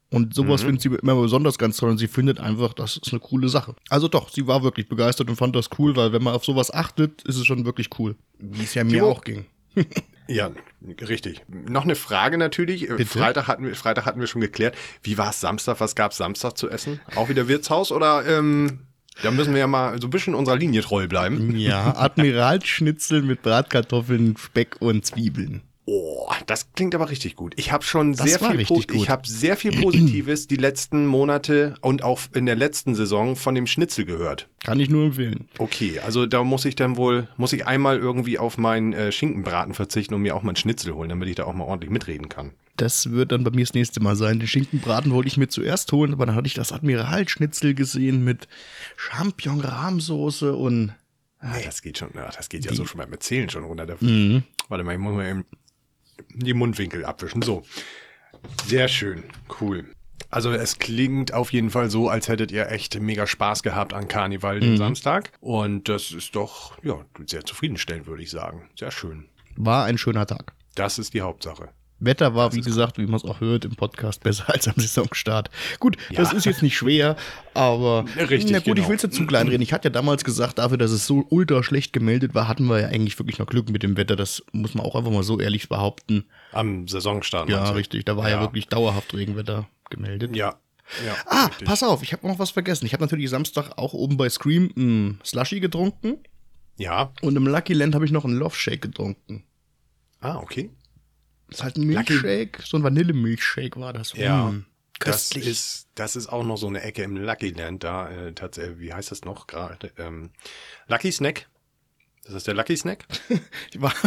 Und sowas Mhm. findet sie immer besonders ganz toll und sie findet einfach, das ist eine coole Sache. Also doch, sie war wirklich begeistert und fand das cool, weil wenn man auf sowas achtet, ist es schon wirklich cool. Wie es ja mir Timo? auch ging. Ja, richtig. Noch eine Frage natürlich. Bitte? Freitag hatten wir, Freitag hatten wir schon geklärt. Wie war es Samstag? Was gab es Samstag zu essen? Auch wieder Wirtshaus oder ähm, da müssen wir ja mal so ein bisschen unserer Linie treu bleiben. Ja, Admiralsschnitzel mit Bratkartoffeln, Speck und Zwiebeln. Oh, das klingt aber richtig gut. Ich habe schon Das sehr war viel, richtig Po- gut. ich habe sehr viel Positives die letzten Monate und auch in der letzten Saison von dem Schnitzel gehört. Kann ich nur empfehlen. Okay, also da muss ich dann wohl, muss ich einmal irgendwie auf meinen äh, Schinkenbraten verzichten und mir auch mal einen Schnitzel holen, damit ich da auch mal ordentlich mitreden kann. Das wird dann bei mir das nächste Mal sein. Den Schinkenbraten wollte ich mir zuerst holen, aber dann hatte ich das Admiralschnitzel gesehen mit Champignon-Rahmsoße und... Ah, das geht schon, ja, das geht ja Die- so schon beim Erzählen schon runter. Da, Mhm. Warte mal, ich muss mal eben die Mundwinkel abwischen. So, sehr schön, cool. Also es klingt auf jeden Fall so, als hättet ihr echt mega Spaß gehabt an Karneval den Mhm. Samstag. Und das ist doch, ja, sehr zufriedenstellend, würde ich sagen. Sehr schön. War ein schöner Tag. Das ist die Hauptsache. Wetter war, Das wie ist gesagt, wie man es auch hört im Podcast, besser als am Saisonstart. Gut, Ja. das ist jetzt nicht schwer, aber Richtig, na gut, genau. ich will es dazu kleinreden. Ich hatte ja damals gesagt, dafür, dass es so ultra schlecht gemeldet war, hatten wir ja eigentlich wirklich noch Glück mit dem Wetter. Das muss man auch einfach mal so ehrlich behaupten. Am Saisonstart. Ja, meinst du? richtig. Da war ja, Ja. wirklich dauerhaft Regenwetter gemeldet. Ja. ja Ah, richtig. pass auf, ich habe noch was vergessen. Ich habe natürlich Samstag auch oben bei Scream einen Slushy getrunken Ja. und im Lucky Land habe ich noch einen Love Shake getrunken. Ah, okay. Das ist halt ein Milchshake, so ein Vanillemilchshake war das. Ja. Mm, Das köstlich. ist, das ist auch noch so eine Ecke im Lucky Land da, äh, tatsächlich, wie heißt das noch gerade? Ähm, Lucky Snack? Das ist der Lucky Snack? Ich war-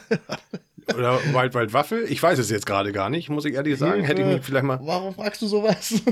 Oder Wild Wild Waffel? Ich weiß es jetzt gerade gar nicht, muss ich ehrlich sagen. Hätte ich mich vielleicht mal. Warum fragst du sowas?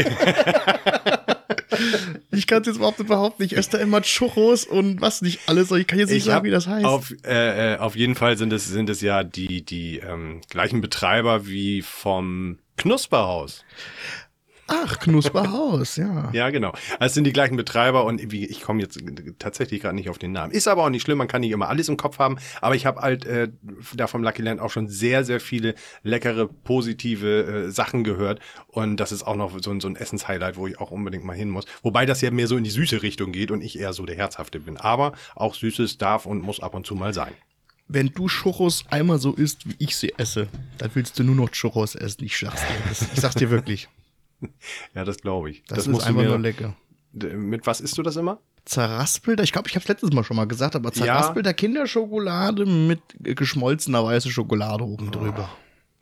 Ich kann es jetzt überhaupt überhaupt nicht. Ich esse da immer Churros und was nicht alles. Ich kann jetzt nicht Ich sagen, hab wie das heißt. Auf, äh, äh, auf jeden Fall sind es, sind es ja die, die ähm, gleichen Betreiber wie vom Knusperhaus. Ach, Knusperhaus, ja. Ja, genau. Also es sind die gleichen Betreiber und wie, ich komme jetzt tatsächlich gerade nicht auf den Namen. Ist aber auch nicht schlimm, man kann nicht immer alles im Kopf haben. Aber ich habe halt äh, da vom Lucky Land auch schon sehr, sehr viele leckere, positive äh, Sachen gehört. Und das ist auch noch so ein, so ein Essenshighlight, wo ich auch unbedingt mal hin muss. Wobei das ja mehr so in die süße Richtung geht und ich eher so der Herzhafte bin. Aber auch Süßes darf und muss ab und zu mal sein. Wenn du Churros einmal so isst, wie ich sie esse, dann willst du nur noch Churros essen. Ich sag's dir. Das, ich sag's dir wirklich. Ja, das glaube ich. Das, Das, ist musst du einfach mir, nur lecker. D- Mit was isst du das immer? Zerraspelter, ich glaube, ich habe es letztes Mal schon mal gesagt, aber Ja. zerraspelter Kinderschokolade mit geschmolzener weißer Schokolade oben drüber.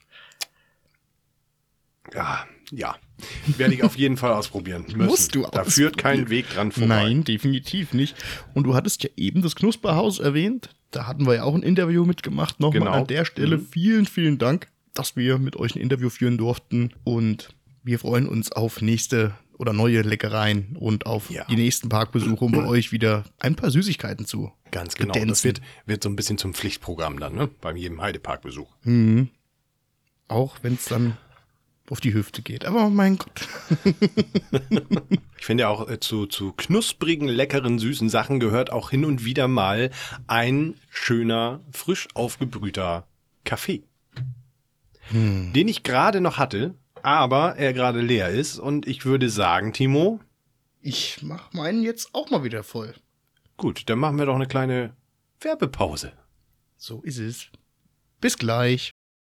Ja, ja. Werde ich auf jeden Fall ausprobieren müssen. Musst du Da ausprobieren. führt kein Weg dran vorbei. Nein, definitiv nicht. Und du hattest ja eben das Knusperhaus erwähnt. Da hatten wir ja auch ein Interview mitgemacht. Nochmal Genau. an der Stelle Mhm. vielen, vielen Dank, dass wir mit euch ein Interview führen durften. Und wir freuen uns auf nächste oder neue Leckereien und auf Ja. die nächsten Parkbesuche, um bei euch wieder ein paar Süßigkeiten zu Ganz genau. Gedenzen. Das wird, wird so ein bisschen zum Pflichtprogramm dann, ne? Bei jedem Heideparkbesuch. Mhm. Auch wenn es dann auf die Hüfte geht. Aber mein Gott. Ich finde ja auch äh, zu, zu knusprigen, leckeren, süßen Sachen gehört auch hin und wieder mal ein schöner, frisch aufgebrühter Kaffee. Hm. Den ich gerade noch hatte, aber er gerade leer ist. Und ich würde sagen, Timo, Ich mach meinen jetzt auch mal wieder voll. gut, dann machen wir doch eine kleine Werbepause. So ist es. Bis gleich.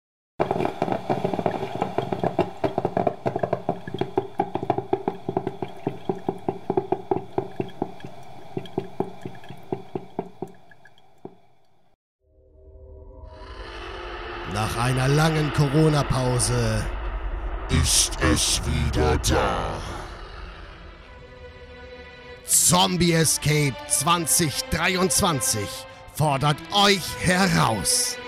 Nach einer langen Corona-Pause ist es wieder da. Zombie Escape zwanzig dreiundzwanzig fordert euch heraus.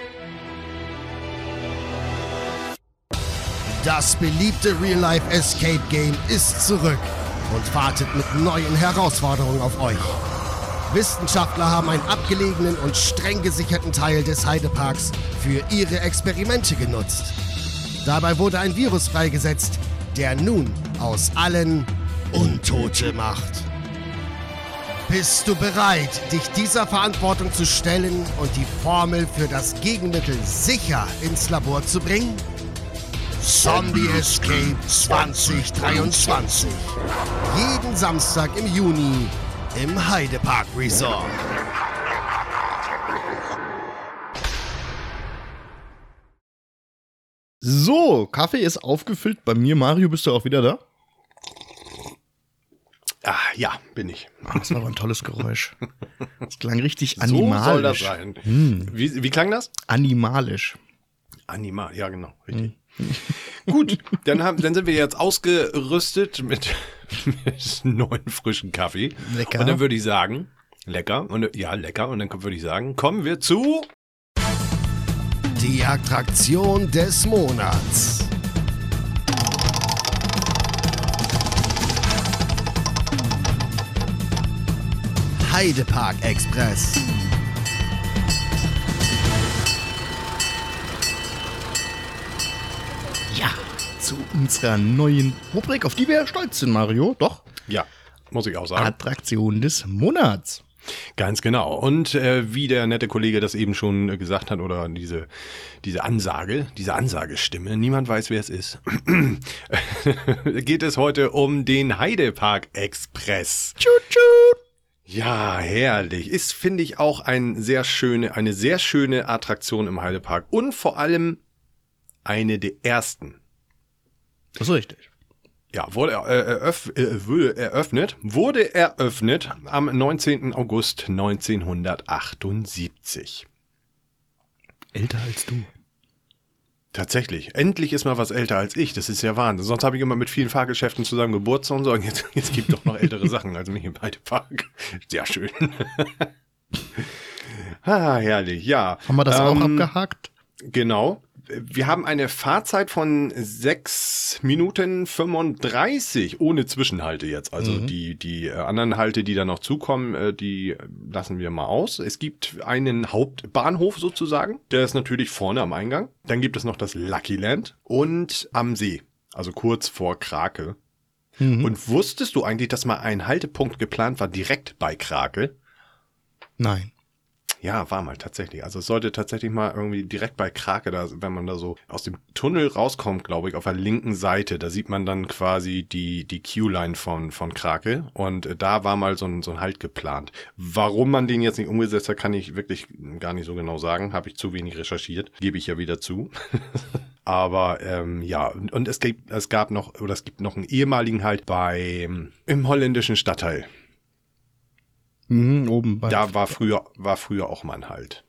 Das beliebte Real-Life-Escape-Game ist zurück und wartet mit neuen Herausforderungen auf euch. Wissenschaftler haben einen abgelegenen und streng gesicherten Teil des Heideparks für ihre Experimente genutzt. Dabei wurde ein Virus freigesetzt, der nun aus allen Untote macht. Bist du bereit, dich dieser Verantwortung zu stellen und die Formel für das Gegenmittel sicher ins Labor zu bringen? Zombie Escape zwanzig dreiundzwanzig. Jeden Samstag im Juni im Heidepark Resort. So, Kaffee ist aufgefüllt bei mir. Mario, bist du auch wieder da? Ah, ja, bin ich. Ah, das war aber ein tolles Geräusch. Das klang richtig So animalisch. soll das sein. Hm. Wie, wie klang das? Animalisch. Animal, ja genau, richtig. Hm. Gut, dann, haben, dann sind wir jetzt ausgerüstet mit, mit neuen frischen Kaffee. Lecker. Und dann würde ich sagen, lecker, und ja, lecker. Und dann würde ich sagen, kommen wir zu... Die Attraktion des Monats. Heidepark Express. Ja, zu unserer neuen Rubrik, auf die wir stolz sind, Mario. Doch? Ja, muss ich auch sagen. Attraktion des Monats. Ganz genau. Und äh, wie der nette Kollege das eben schon äh, gesagt hat, oder diese, diese Ansage, diese Ansagestimme, niemand weiß, wer es ist, geht es heute um den Heidepark Express. Tschut, Ja, herrlich. Ist, finde ich, auch ein sehr schöne, eine sehr schöne Attraktion im Heidepark. Und vor allem eine der ersten. Das ist richtig. Ja, wurde er, äh, eröff, äh, wurde eröffnet, wurde eröffnet am neunzehnten August neunzehnhundertachtundsiebzig. Älter als du. Tatsächlich. Endlich ist mal was älter als ich. Das ist ja Wahnsinn. Sonst habe ich immer mit vielen Fahrgeschäften zusammen Geburtstag und so. Und jetzt, jetzt gibt es doch noch ältere Sachen als mich im Heidepark. Sehr schön. Ah, herrlich. Ja. Haben wir das ähm, auch abgehakt? Genau. Wir haben eine Fahrzeit von sechs Minuten fünfunddreißig ohne Zwischenhalte jetzt. Also Mhm. die, die anderen Halte, die da noch zukommen, die lassen wir mal aus. Es gibt einen Hauptbahnhof sozusagen. Der ist natürlich vorne am Eingang. Dann gibt es noch das Lucky Land und am See. Also kurz vor Krake. Mhm. Und wusstest du eigentlich, dass mal ein Haltepunkt geplant war direkt bei Krake? Nein. Ja, war mal tatsächlich. Also es sollte tatsächlich mal irgendwie direkt bei Krake, da, wenn man da so aus dem Tunnel rauskommt, glaube ich, auf der linken Seite, da sieht man dann quasi die, die Q-Line von, von Krake. Und äh, da war mal so ein, so ein Halt geplant. Warum man den jetzt nicht umgesetzt hat, kann ich wirklich gar nicht so genau sagen. Habe ich zu wenig recherchiert. Gebe ich ja wieder zu. Aber ähm, ja, und, und es, gibt, es gab noch, oder es gibt noch einen ehemaligen Halt bei, im holländischen Stadtteil. Mhm, oben bei, Da war früher, war früher auch mal ein Halt.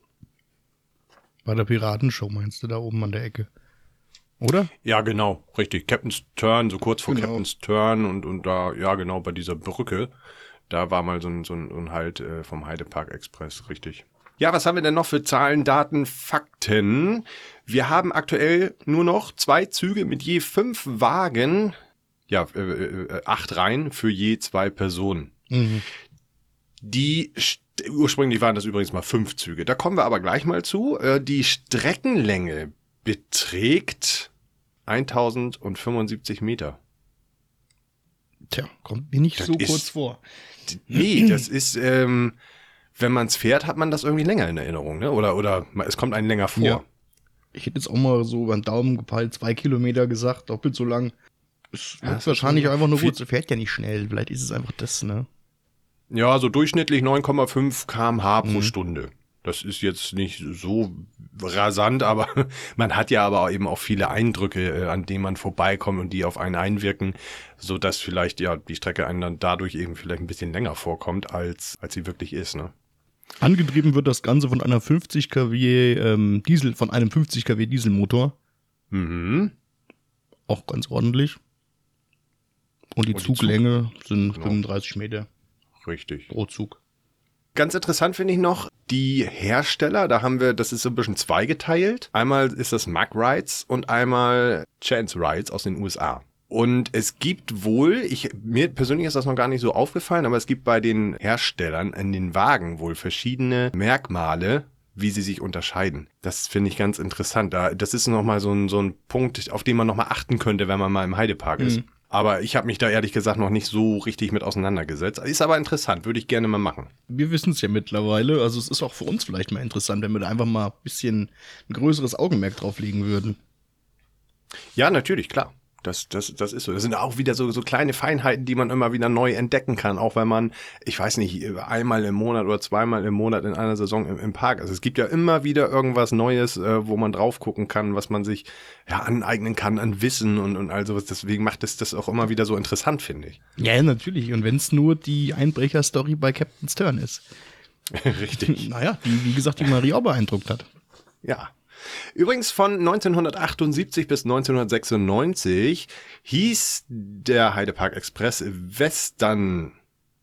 bei der Piratenshow, meinst du, da oben an der Ecke? Oder? Ja, genau, richtig. Captain's Turn, so kurz vor Genau. Captain's Turn und, und da, ja genau, bei dieser Brücke, da war mal so ein, so ein, so ein Halt äh, vom Heidepark Express, richtig. Ja, was haben wir denn noch für Zahlen, Daten, Fakten? Wir haben aktuell nur noch zwei Züge mit je fünf Wagen, ja, äh, äh, acht Reihen für je zwei Personen. Mhm. Die, ursprünglich waren das übrigens mal fünf Züge, da kommen wir aber gleich mal zu. Die Streckenlänge beträgt eintausendfünfundsiebzig Meter. Tja, kommt mir nicht Das so ist- kurz vor. Nee, das ist, ähm, wenn man es fährt, hat man das irgendwie länger in Erinnerung, ne? Oder, oder es kommt einem länger vor. Ja. Ich hätte jetzt auch mal so beim Daumen gepeilt, zwei Kilometer gesagt, doppelt so lang. Es Ja, wird das ist wahrscheinlich schon einfach nur viel- gut. Es fährt ja nicht schnell. Vielleicht ist es einfach das, ne? Ja, so durchschnittlich neun Komma fünf Kilometer pro Stunde pro Mhm. Stunde. Das ist jetzt nicht so rasant, aber man hat ja aber eben auch viele Eindrücke, äh, an denen man vorbeikommt und die auf einen einwirken, so dass vielleicht ja die Strecke einem dann dadurch eben vielleicht ein bisschen länger vorkommt, als, als sie wirklich ist, ne? Angetrieben wird das Ganze von einer fünfzig Kilowatt ähm, Diesel, von einem fünfzig Kilowatt Dieselmotor. Mhm. Auch ganz ordentlich. Und die Und die Zug- Zuglänge sind Genau. fünfunddreißig Meter Richtig. pro Zug. Ganz interessant finde ich noch, die Hersteller, da haben wir, das ist so ein bisschen zweigeteilt. Einmal ist das Mack Rides und einmal Chance Rides aus den U S A. Und es gibt wohl, ich, mir persönlich ist das noch gar nicht so aufgefallen, aber es gibt bei den Herstellern in den Wagen wohl verschiedene Merkmale, wie sie sich unterscheiden. Das finde ich ganz interessant. Da, das ist nochmal so ein, so ein Punkt, auf den man nochmal achten könnte, wenn man mal im Heidepark ist. Mhm. Aber ich habe mich da ehrlich gesagt noch nicht so richtig mit auseinandergesetzt. Ist aber interessant, würde ich gerne mal machen. Wir wissen es ja mittlerweile. Also es ist auch für uns vielleicht mal interessant, wenn wir da einfach mal ein bisschen ein größeres Augenmerk drauf legen würden. Ja, natürlich, klar. Das, das, das ist so. Das sind auch wieder so, so kleine Feinheiten, die man immer wieder neu entdecken kann. Auch wenn man, ich weiß nicht, einmal im Monat oder zweimal im Monat in einer Saison im, im Park. Also es gibt ja immer wieder irgendwas Neues, äh, wo man drauf gucken kann, was man sich ja aneignen kann an Wissen und, und all sowas. Deswegen macht es das auch immer wieder so interessant, finde ich. Ja, natürlich. Und wenn es nur die Einbrecher-Story bei Captain's Turn ist. Richtig. Naja, die, wie gesagt, die Marie auch beeindruckt hat. Ja. Übrigens von neunzehnhundertachtundsiebzig bis neunzehnhundertsechsundneunzig hieß der Heidepark Express Western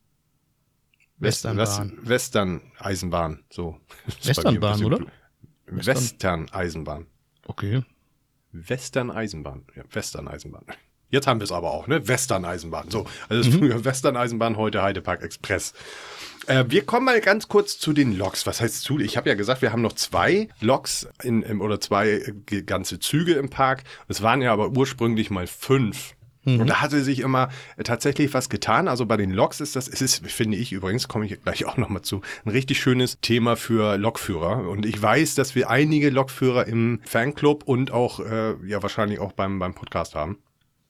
Westernbahn. Western Eisenbahn, so. Westernbahn, oder? Western Eisenbahn. Okay. Western Eisenbahn. Ja, Western Eisenbahn. Jetzt haben wir es aber auch, ne? Western Eisenbahn. So, also das ist früher Western Eisenbahn, heute Heidepark Express. Äh, wir kommen mal ganz kurz zu den Loks. Was heißt zu? Ich habe ja gesagt, wir haben noch zwei Loks in, in, oder zwei äh, ganze Züge im Park. Es waren ja aber ursprünglich mal fünf. Mhm. Und da hatte sich immer äh, tatsächlich was getan. Also bei den Loks ist das, es ist, finde ich übrigens, komme ich gleich auch nochmal zu, ein richtig schönes Thema für Lokführer. Und ich weiß, dass wir einige Lokführer im Fanclub und auch, äh, ja wahrscheinlich auch beim, beim Podcast haben.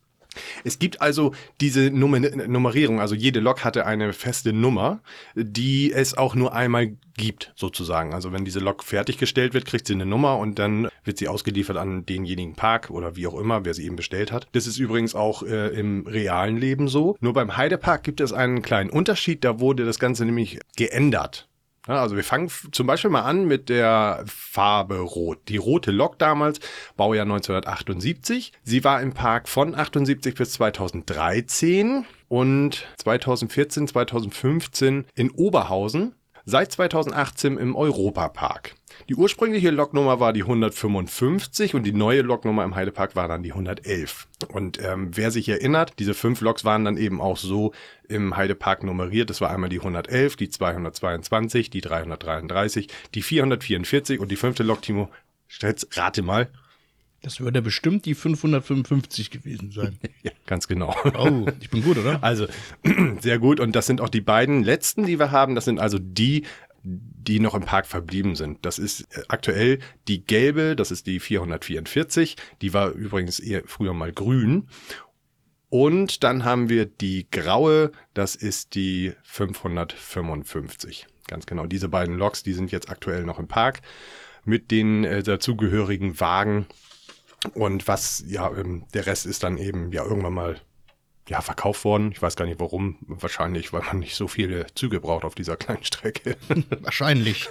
Es gibt also diese Nummer- Nummerierung, also jede Lok hatte eine feste Nummer, die es auch nur einmal gibt, sozusagen. Also wenn diese Lok fertiggestellt wird, kriegt sie eine Nummer und dann wird sie ausgeliefert an denjenigen Park oder wie auch immer, wer sie eben bestellt hat. Das ist übrigens auch äh, im realen Leben so. Nur beim Heidepark gibt es einen kleinen Unterschied, da wurde das Ganze nämlich geändert. Ja, also wir fangen zum Beispiel mal an mit der Farbe Rot. Die rote Lok damals, Baujahr neunzehnhundertachtundsiebzig. Sie war im Park von achtundsiebzig bis zweitausenddreizehn und zweitausendvierzehn, zweitausendfünfzehn in Oberhausen. Seit zweitausendachtzehn im Europapark. Die ursprüngliche Loknummer war die hundertfünfundfünfzig und die neue Loknummer im Heidepark war dann die hundertelf. Und ähm, wer sich erinnert, diese fünf Loks waren dann eben auch so im Heidepark nummeriert. Das war einmal die hundertelf, die zweihundertzweiundzwanzig, die dreihundertdreiunddreißig, die vierhundertvierundvierzig und die fünfte Lok, Timo, jetzt rate mal. Das würde bestimmt die fünfhundertfünfundfünfzig gewesen sein. Ja, ganz genau. Oh, ich bin gut, oder? Also, sehr gut. Und das sind auch die beiden letzten, die wir haben. Das sind also die, die noch im Park verblieben sind. Das ist aktuell die gelbe, das ist die vierhundertvierundvierzig. Die war übrigens eher früher mal grün. Und dann haben wir die graue, das ist die fünfhundertfünfundfünfzig. Ganz genau. Diese beiden Loks, die sind jetzt aktuell noch im Park mit den äh, dazugehörigen Wagen. Und was, ja, der Rest ist dann eben ja irgendwann mal ja, verkauft worden. Ich weiß gar nicht warum. Wahrscheinlich, weil man nicht so viele Züge braucht auf dieser kleinen Strecke. Wahrscheinlich.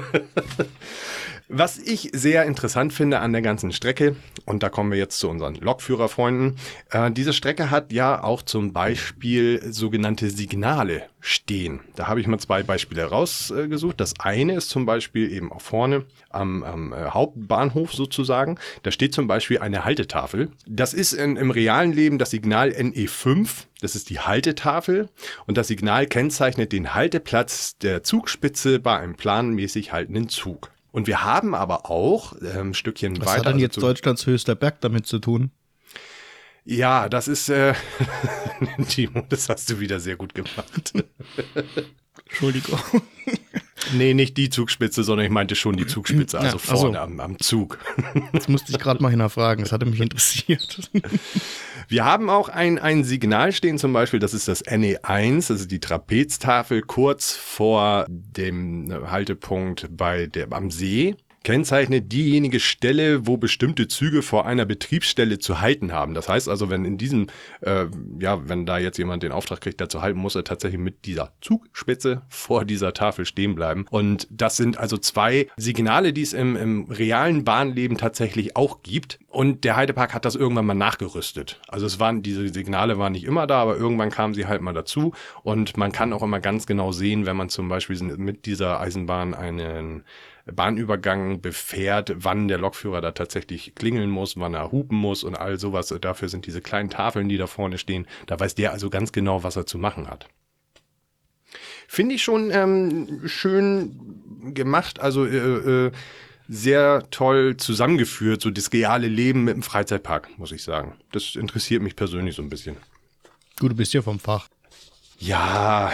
Was ich sehr interessant finde an der ganzen Strecke, und da kommen wir jetzt zu unseren Lokführerfreunden, äh, diese Strecke hat ja auch zum Beispiel sogenannte Signale stehen. Da habe ich mal zwei Beispiele rausgesucht. Das eine ist zum Beispiel eben auch vorne am, am Hauptbahnhof sozusagen. Da steht zum Beispiel eine Haltetafel. Das ist in, im realen Leben das Signal N E fünf. Das ist die Haltetafel. Und das Signal kennzeichnet den Halteplatz der Zugspitze bei einem planmäßig haltenden Zug. Und wir haben aber auch äh, ein Stückchen Was weiter. Was hat denn also jetzt zu, Deutschlands höchster Berg damit zu tun? Ja, das ist, äh, Timo, das hast du wieder sehr gut gemacht. Entschuldigung. Nee, nicht die Zugspitze, sondern ich meinte schon die Zugspitze, also ja, vorne also. am, am Zug. Das musste ich gerade mal hinterfragen, das hatte mich interessiert. Wir haben auch ein, ein Signal stehen, zum Beispiel, das ist das N E eins, also die Trapeztafel kurz vor dem Haltepunkt bei der, am See. Kennzeichnet diejenige Stelle, wo bestimmte Züge vor einer Betriebsstelle zu halten haben. Das heißt also, wenn in diesem, äh, ja, wenn da jetzt jemand den Auftrag kriegt, da zu halten, muss er tatsächlich mit dieser Zugspitze vor dieser Tafel stehen bleiben. Und das sind also zwei Signale, die es im, im realen Bahnleben tatsächlich auch gibt. Und der Heidepark hat das irgendwann mal nachgerüstet. Also es waren, diese Signale waren nicht immer da, aber irgendwann kamen sie halt mal dazu. Und man kann auch immer ganz genau sehen, wenn man zum Beispiel mit dieser Eisenbahn einen Bahnübergang befährt, wann der Lokführer da tatsächlich klingeln muss, wann er hupen muss und all sowas. Dafür sind diese kleinen Tafeln, die da vorne stehen. Da weiß der also ganz genau, was er zu machen hat. Finde ich schon ähm, schön gemacht, also äh, äh, sehr toll zusammengeführt, so das reale Leben mit dem Freizeitpark, muss ich sagen. Das interessiert mich persönlich so ein bisschen. Du, du bist ja vom Fach. Ja,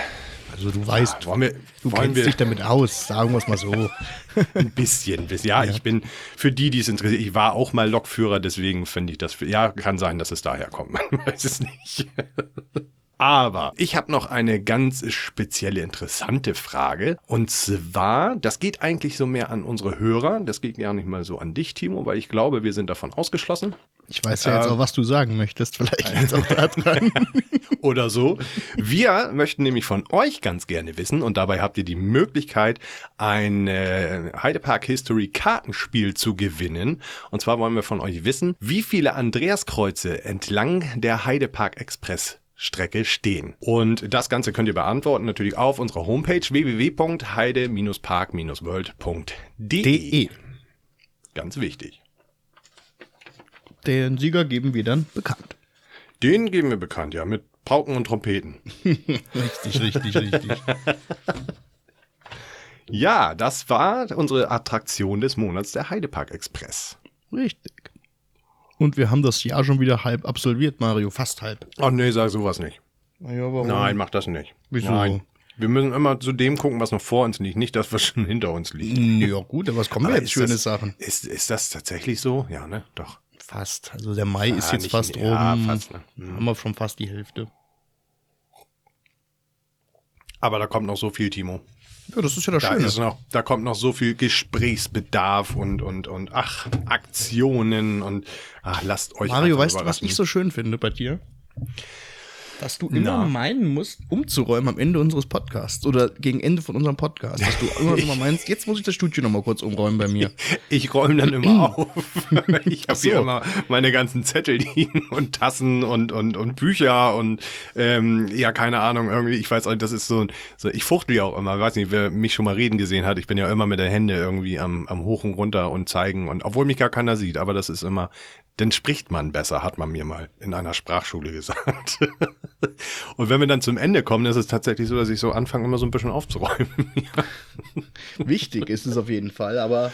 Also du weißt, Ja, wollen wir, du wollen kennst wir, dich damit aus, sagen wir es mal so. Ein bisschen, bis- ja, Ja. ich bin, für die, die es interessiert, ich war auch mal Lokführer, deswegen finde ich das, ja, kann sein, dass es daher kommt, man weiß es nicht. Aber ich habe noch eine ganz spezielle, interessante Frage. Und zwar, das geht eigentlich so mehr an unsere Hörer, das geht gar nicht mal so an dich, Timo, weil ich glaube, wir sind davon ausgeschlossen. Ich weiß ja jetzt Ähm, auch, was du sagen möchtest. Vielleicht jetzt auch da dran. Oder so. Wir möchten nämlich von euch ganz gerne wissen, und dabei habt ihr die Möglichkeit, ein äh, Heidepark History Kartenspiel zu gewinnen. Und zwar wollen wir von euch wissen, wie viele Andreaskreuze entlang der Heidepark Express Strecke stehen. Und das Ganze könnt ihr beantworten natürlich auf unserer Homepage w w w punkt heide park world punkt d e. Ganz wichtig. Den Sieger geben wir dann bekannt. Den geben wir bekannt, ja, mit Pauken und Trompeten. Richtig, richtig, richtig. Ja, das war unsere Attraktion des Monats, der Heidepark Express. Richtig. Und wir haben das Jahr schon wieder halb absolviert, Mario. Fast halb. Oh nee, sag sowas nicht. Ja, warum? Nein, mach das nicht. Wieso? Nein. Wir müssen immer zu dem gucken, was noch vor uns liegt, nicht das, was schon hinter uns liegt. Ja gut, aber was kommen Aber wir jetzt ist schöne das, Sachen? Ist, ist das tatsächlich so? Ja, ne? Doch. Fast. Also der Mai ist Ah, jetzt nicht- fast rum. ja, fast, ne? Mhm. Haben wir schon fast die Hälfte. Aber da kommt noch so viel, Timo. Ja, das ist ja das Da, Schöne. ist noch, da kommt noch so viel Gesprächsbedarf und, und, und ach, Aktionen und ach, lasst euch Mario, einfach weißt du, was überraschen. ich so schön finde bei dir? Dass du immer Na? meinen musst, umzuräumen am Ende unseres Podcasts oder gegen Ende von unserem Podcast. Dass du immer, immer meinst, jetzt muss ich das Studio nochmal kurz umräumen bei mir. Ich räume dann immer auf. Ich habe so. hier immer meine ganzen Zettel liegen und Tassen und, und, und Bücher und ähm, ja, keine Ahnung, irgendwie, ich weiß auch, das ist so, so ich fuchtel ja auch immer, ich weiß nicht, wer mich schon mal reden gesehen hat, ich bin ja immer mit der Hände irgendwie am, am Hoch und runter und zeigen und obwohl mich gar keiner sieht, aber das ist immer, dann spricht man besser, hat man mir mal in einer Sprachschule gesagt. Und wenn wir dann zum Ende kommen, ist es tatsächlich so, dass ich so anfange, immer so ein bisschen aufzuräumen. Wichtig ist es auf jeden Fall, aber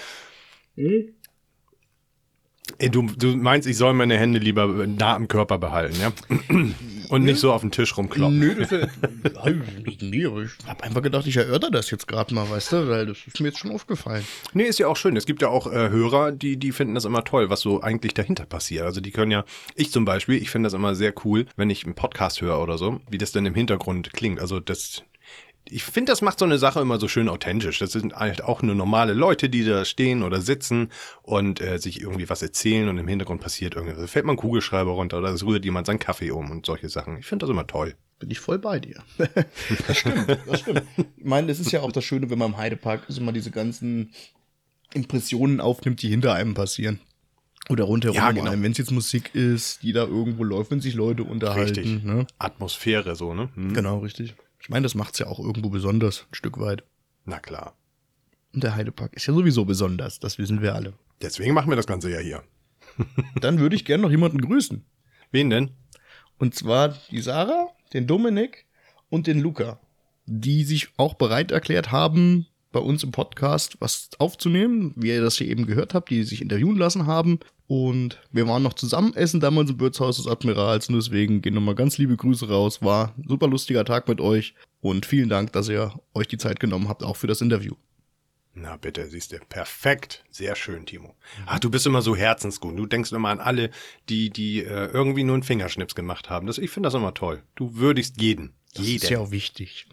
Ey, du, du meinst, ich soll meine Hände lieber nah am Körper behalten, ja? Und nicht so auf den Tisch rumkloppen. nö, das ist ja, ich hab einfach gedacht, ich erörter das jetzt gerade mal, weißt du, weil das ist mir jetzt schon aufgefallen. Nee, ist ja auch schön. Es gibt ja auch äh, Hörer, die, die finden das immer toll, was so eigentlich dahinter passiert. Also die können ja, ich zum Beispiel, ich finde das immer sehr cool, wenn ich einen Podcast höre oder so, wie das dann im Hintergrund klingt. Also das, ich finde, das macht so eine Sache immer so schön authentisch. Das sind halt auch nur normale Leute, die da stehen oder sitzen und äh, sich irgendwie was erzählen und im Hintergrund passiert irgendwas. Da fällt mal ein Kugelschreiber runter oder es rührt jemand seinen Kaffee um und solche Sachen. Ich finde das immer toll. Bin ich voll bei dir. Das stimmt, das stimmt. Ich meine, das ist ja auch das Schöne, wenn man im Heidepark ist und man diese ganzen Impressionen aufnimmt, die hinter einem passieren. Oder rundherum Ja, um genau. einen. Wenn es jetzt Musik ist, die da irgendwo läuft, wenn sich Leute unterhalten. Richtig. Ne? Atmosphäre so, ne? Hm. Genau, richtig. Ich meine, das macht es ja auch irgendwo besonders, ein Stück weit. Na klar. Und der Heidepark ist ja sowieso besonders, das wissen wir alle. Deswegen machen wir das Ganze ja hier. Dann würde ich gerne noch jemanden grüßen. Wen denn? Und zwar die Sarah, den Dominik und den Luca, die sich auch bereit erklärt haben, bei uns im Podcast was aufzunehmen, wie ihr das hier eben gehört habt, die sich interviewen lassen haben. Und wir waren noch zusammen essen damals im Wirtshaus des Admirals und deswegen gehen nochmal ganz liebe Grüße raus. War ein super lustiger Tag mit euch und vielen Dank, dass ihr euch die Zeit genommen habt, auch für das Interview. Na bitte, siehst du, perfekt. Sehr schön, Timo. Ach, du bist immer so herzensgut. Du denkst immer an alle, die, die äh, irgendwie nur einen Fingerschnips gemacht haben. Das, ich finde das immer toll. Du würdigst jeden. Das jeden. ist ja auch wichtig.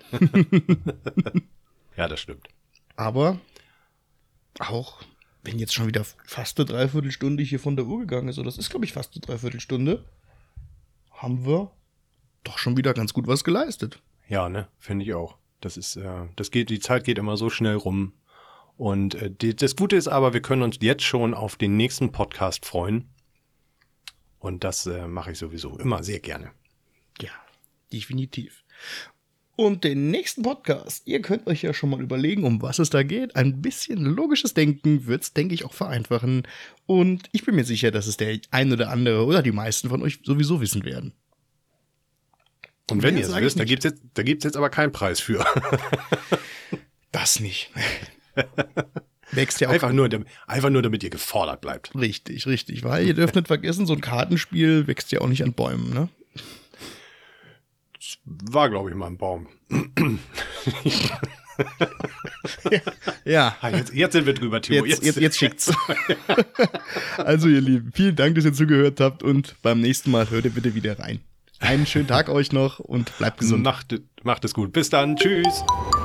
Ja, das stimmt. Aber auch, wenn jetzt schon wieder fast eine Dreiviertelstunde hier von der Uhr gegangen ist, oder das ist, glaube ich, fast eine Dreiviertelstunde, haben wir doch schon wieder ganz gut was geleistet. Ja, ne, finde ich auch. Das ist, äh, das geht, die Zeit geht immer so schnell rum. Und äh, die, das Gute ist aber, wir können uns jetzt schon auf den nächsten Podcast freuen. Und das äh, mache ich sowieso immer sehr gerne. Ja, definitiv. Und den nächsten Podcast, ihr könnt euch ja schon mal überlegen, um was es da geht. Ein bisschen logisches Denken wird's, denke ich, auch vereinfachen. Und ich bin mir sicher, dass es der ein oder andere oder die meisten von euch sowieso wissen werden. Und wenn Mehr ihr es sag ich wisst, da nicht. gibt's jetzt, da gibt's jetzt aber keinen Preis für. Das nicht. Wächst ja auch Einfach nur, damit, einfach nur, damit ihr gefordert bleibt. Richtig, richtig. Weil ihr dürft nicht vergessen, so ein Kartenspiel wächst ja auch nicht an Bäumen, ne? War, glaube ich, mal ein Baum. Ja. Ah, Jetzt, jetzt sind wir drüber, Timo. Jetzt, jetzt, jetzt schickt's. Also ihr Lieben, vielen Dank, dass ihr zugehört habt und beim nächsten Mal hört ihr bitte wieder rein. Einen schönen Tag euch noch und bleibt gesund. Macht, macht es gut. Bis dann. Tschüss.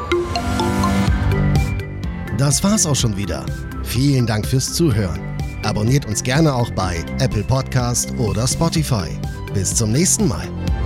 Das war's auch schon wieder. Vielen Dank fürs Zuhören. Abonniert uns gerne auch bei Apple Podcast oder Spotify. Bis zum nächsten Mal.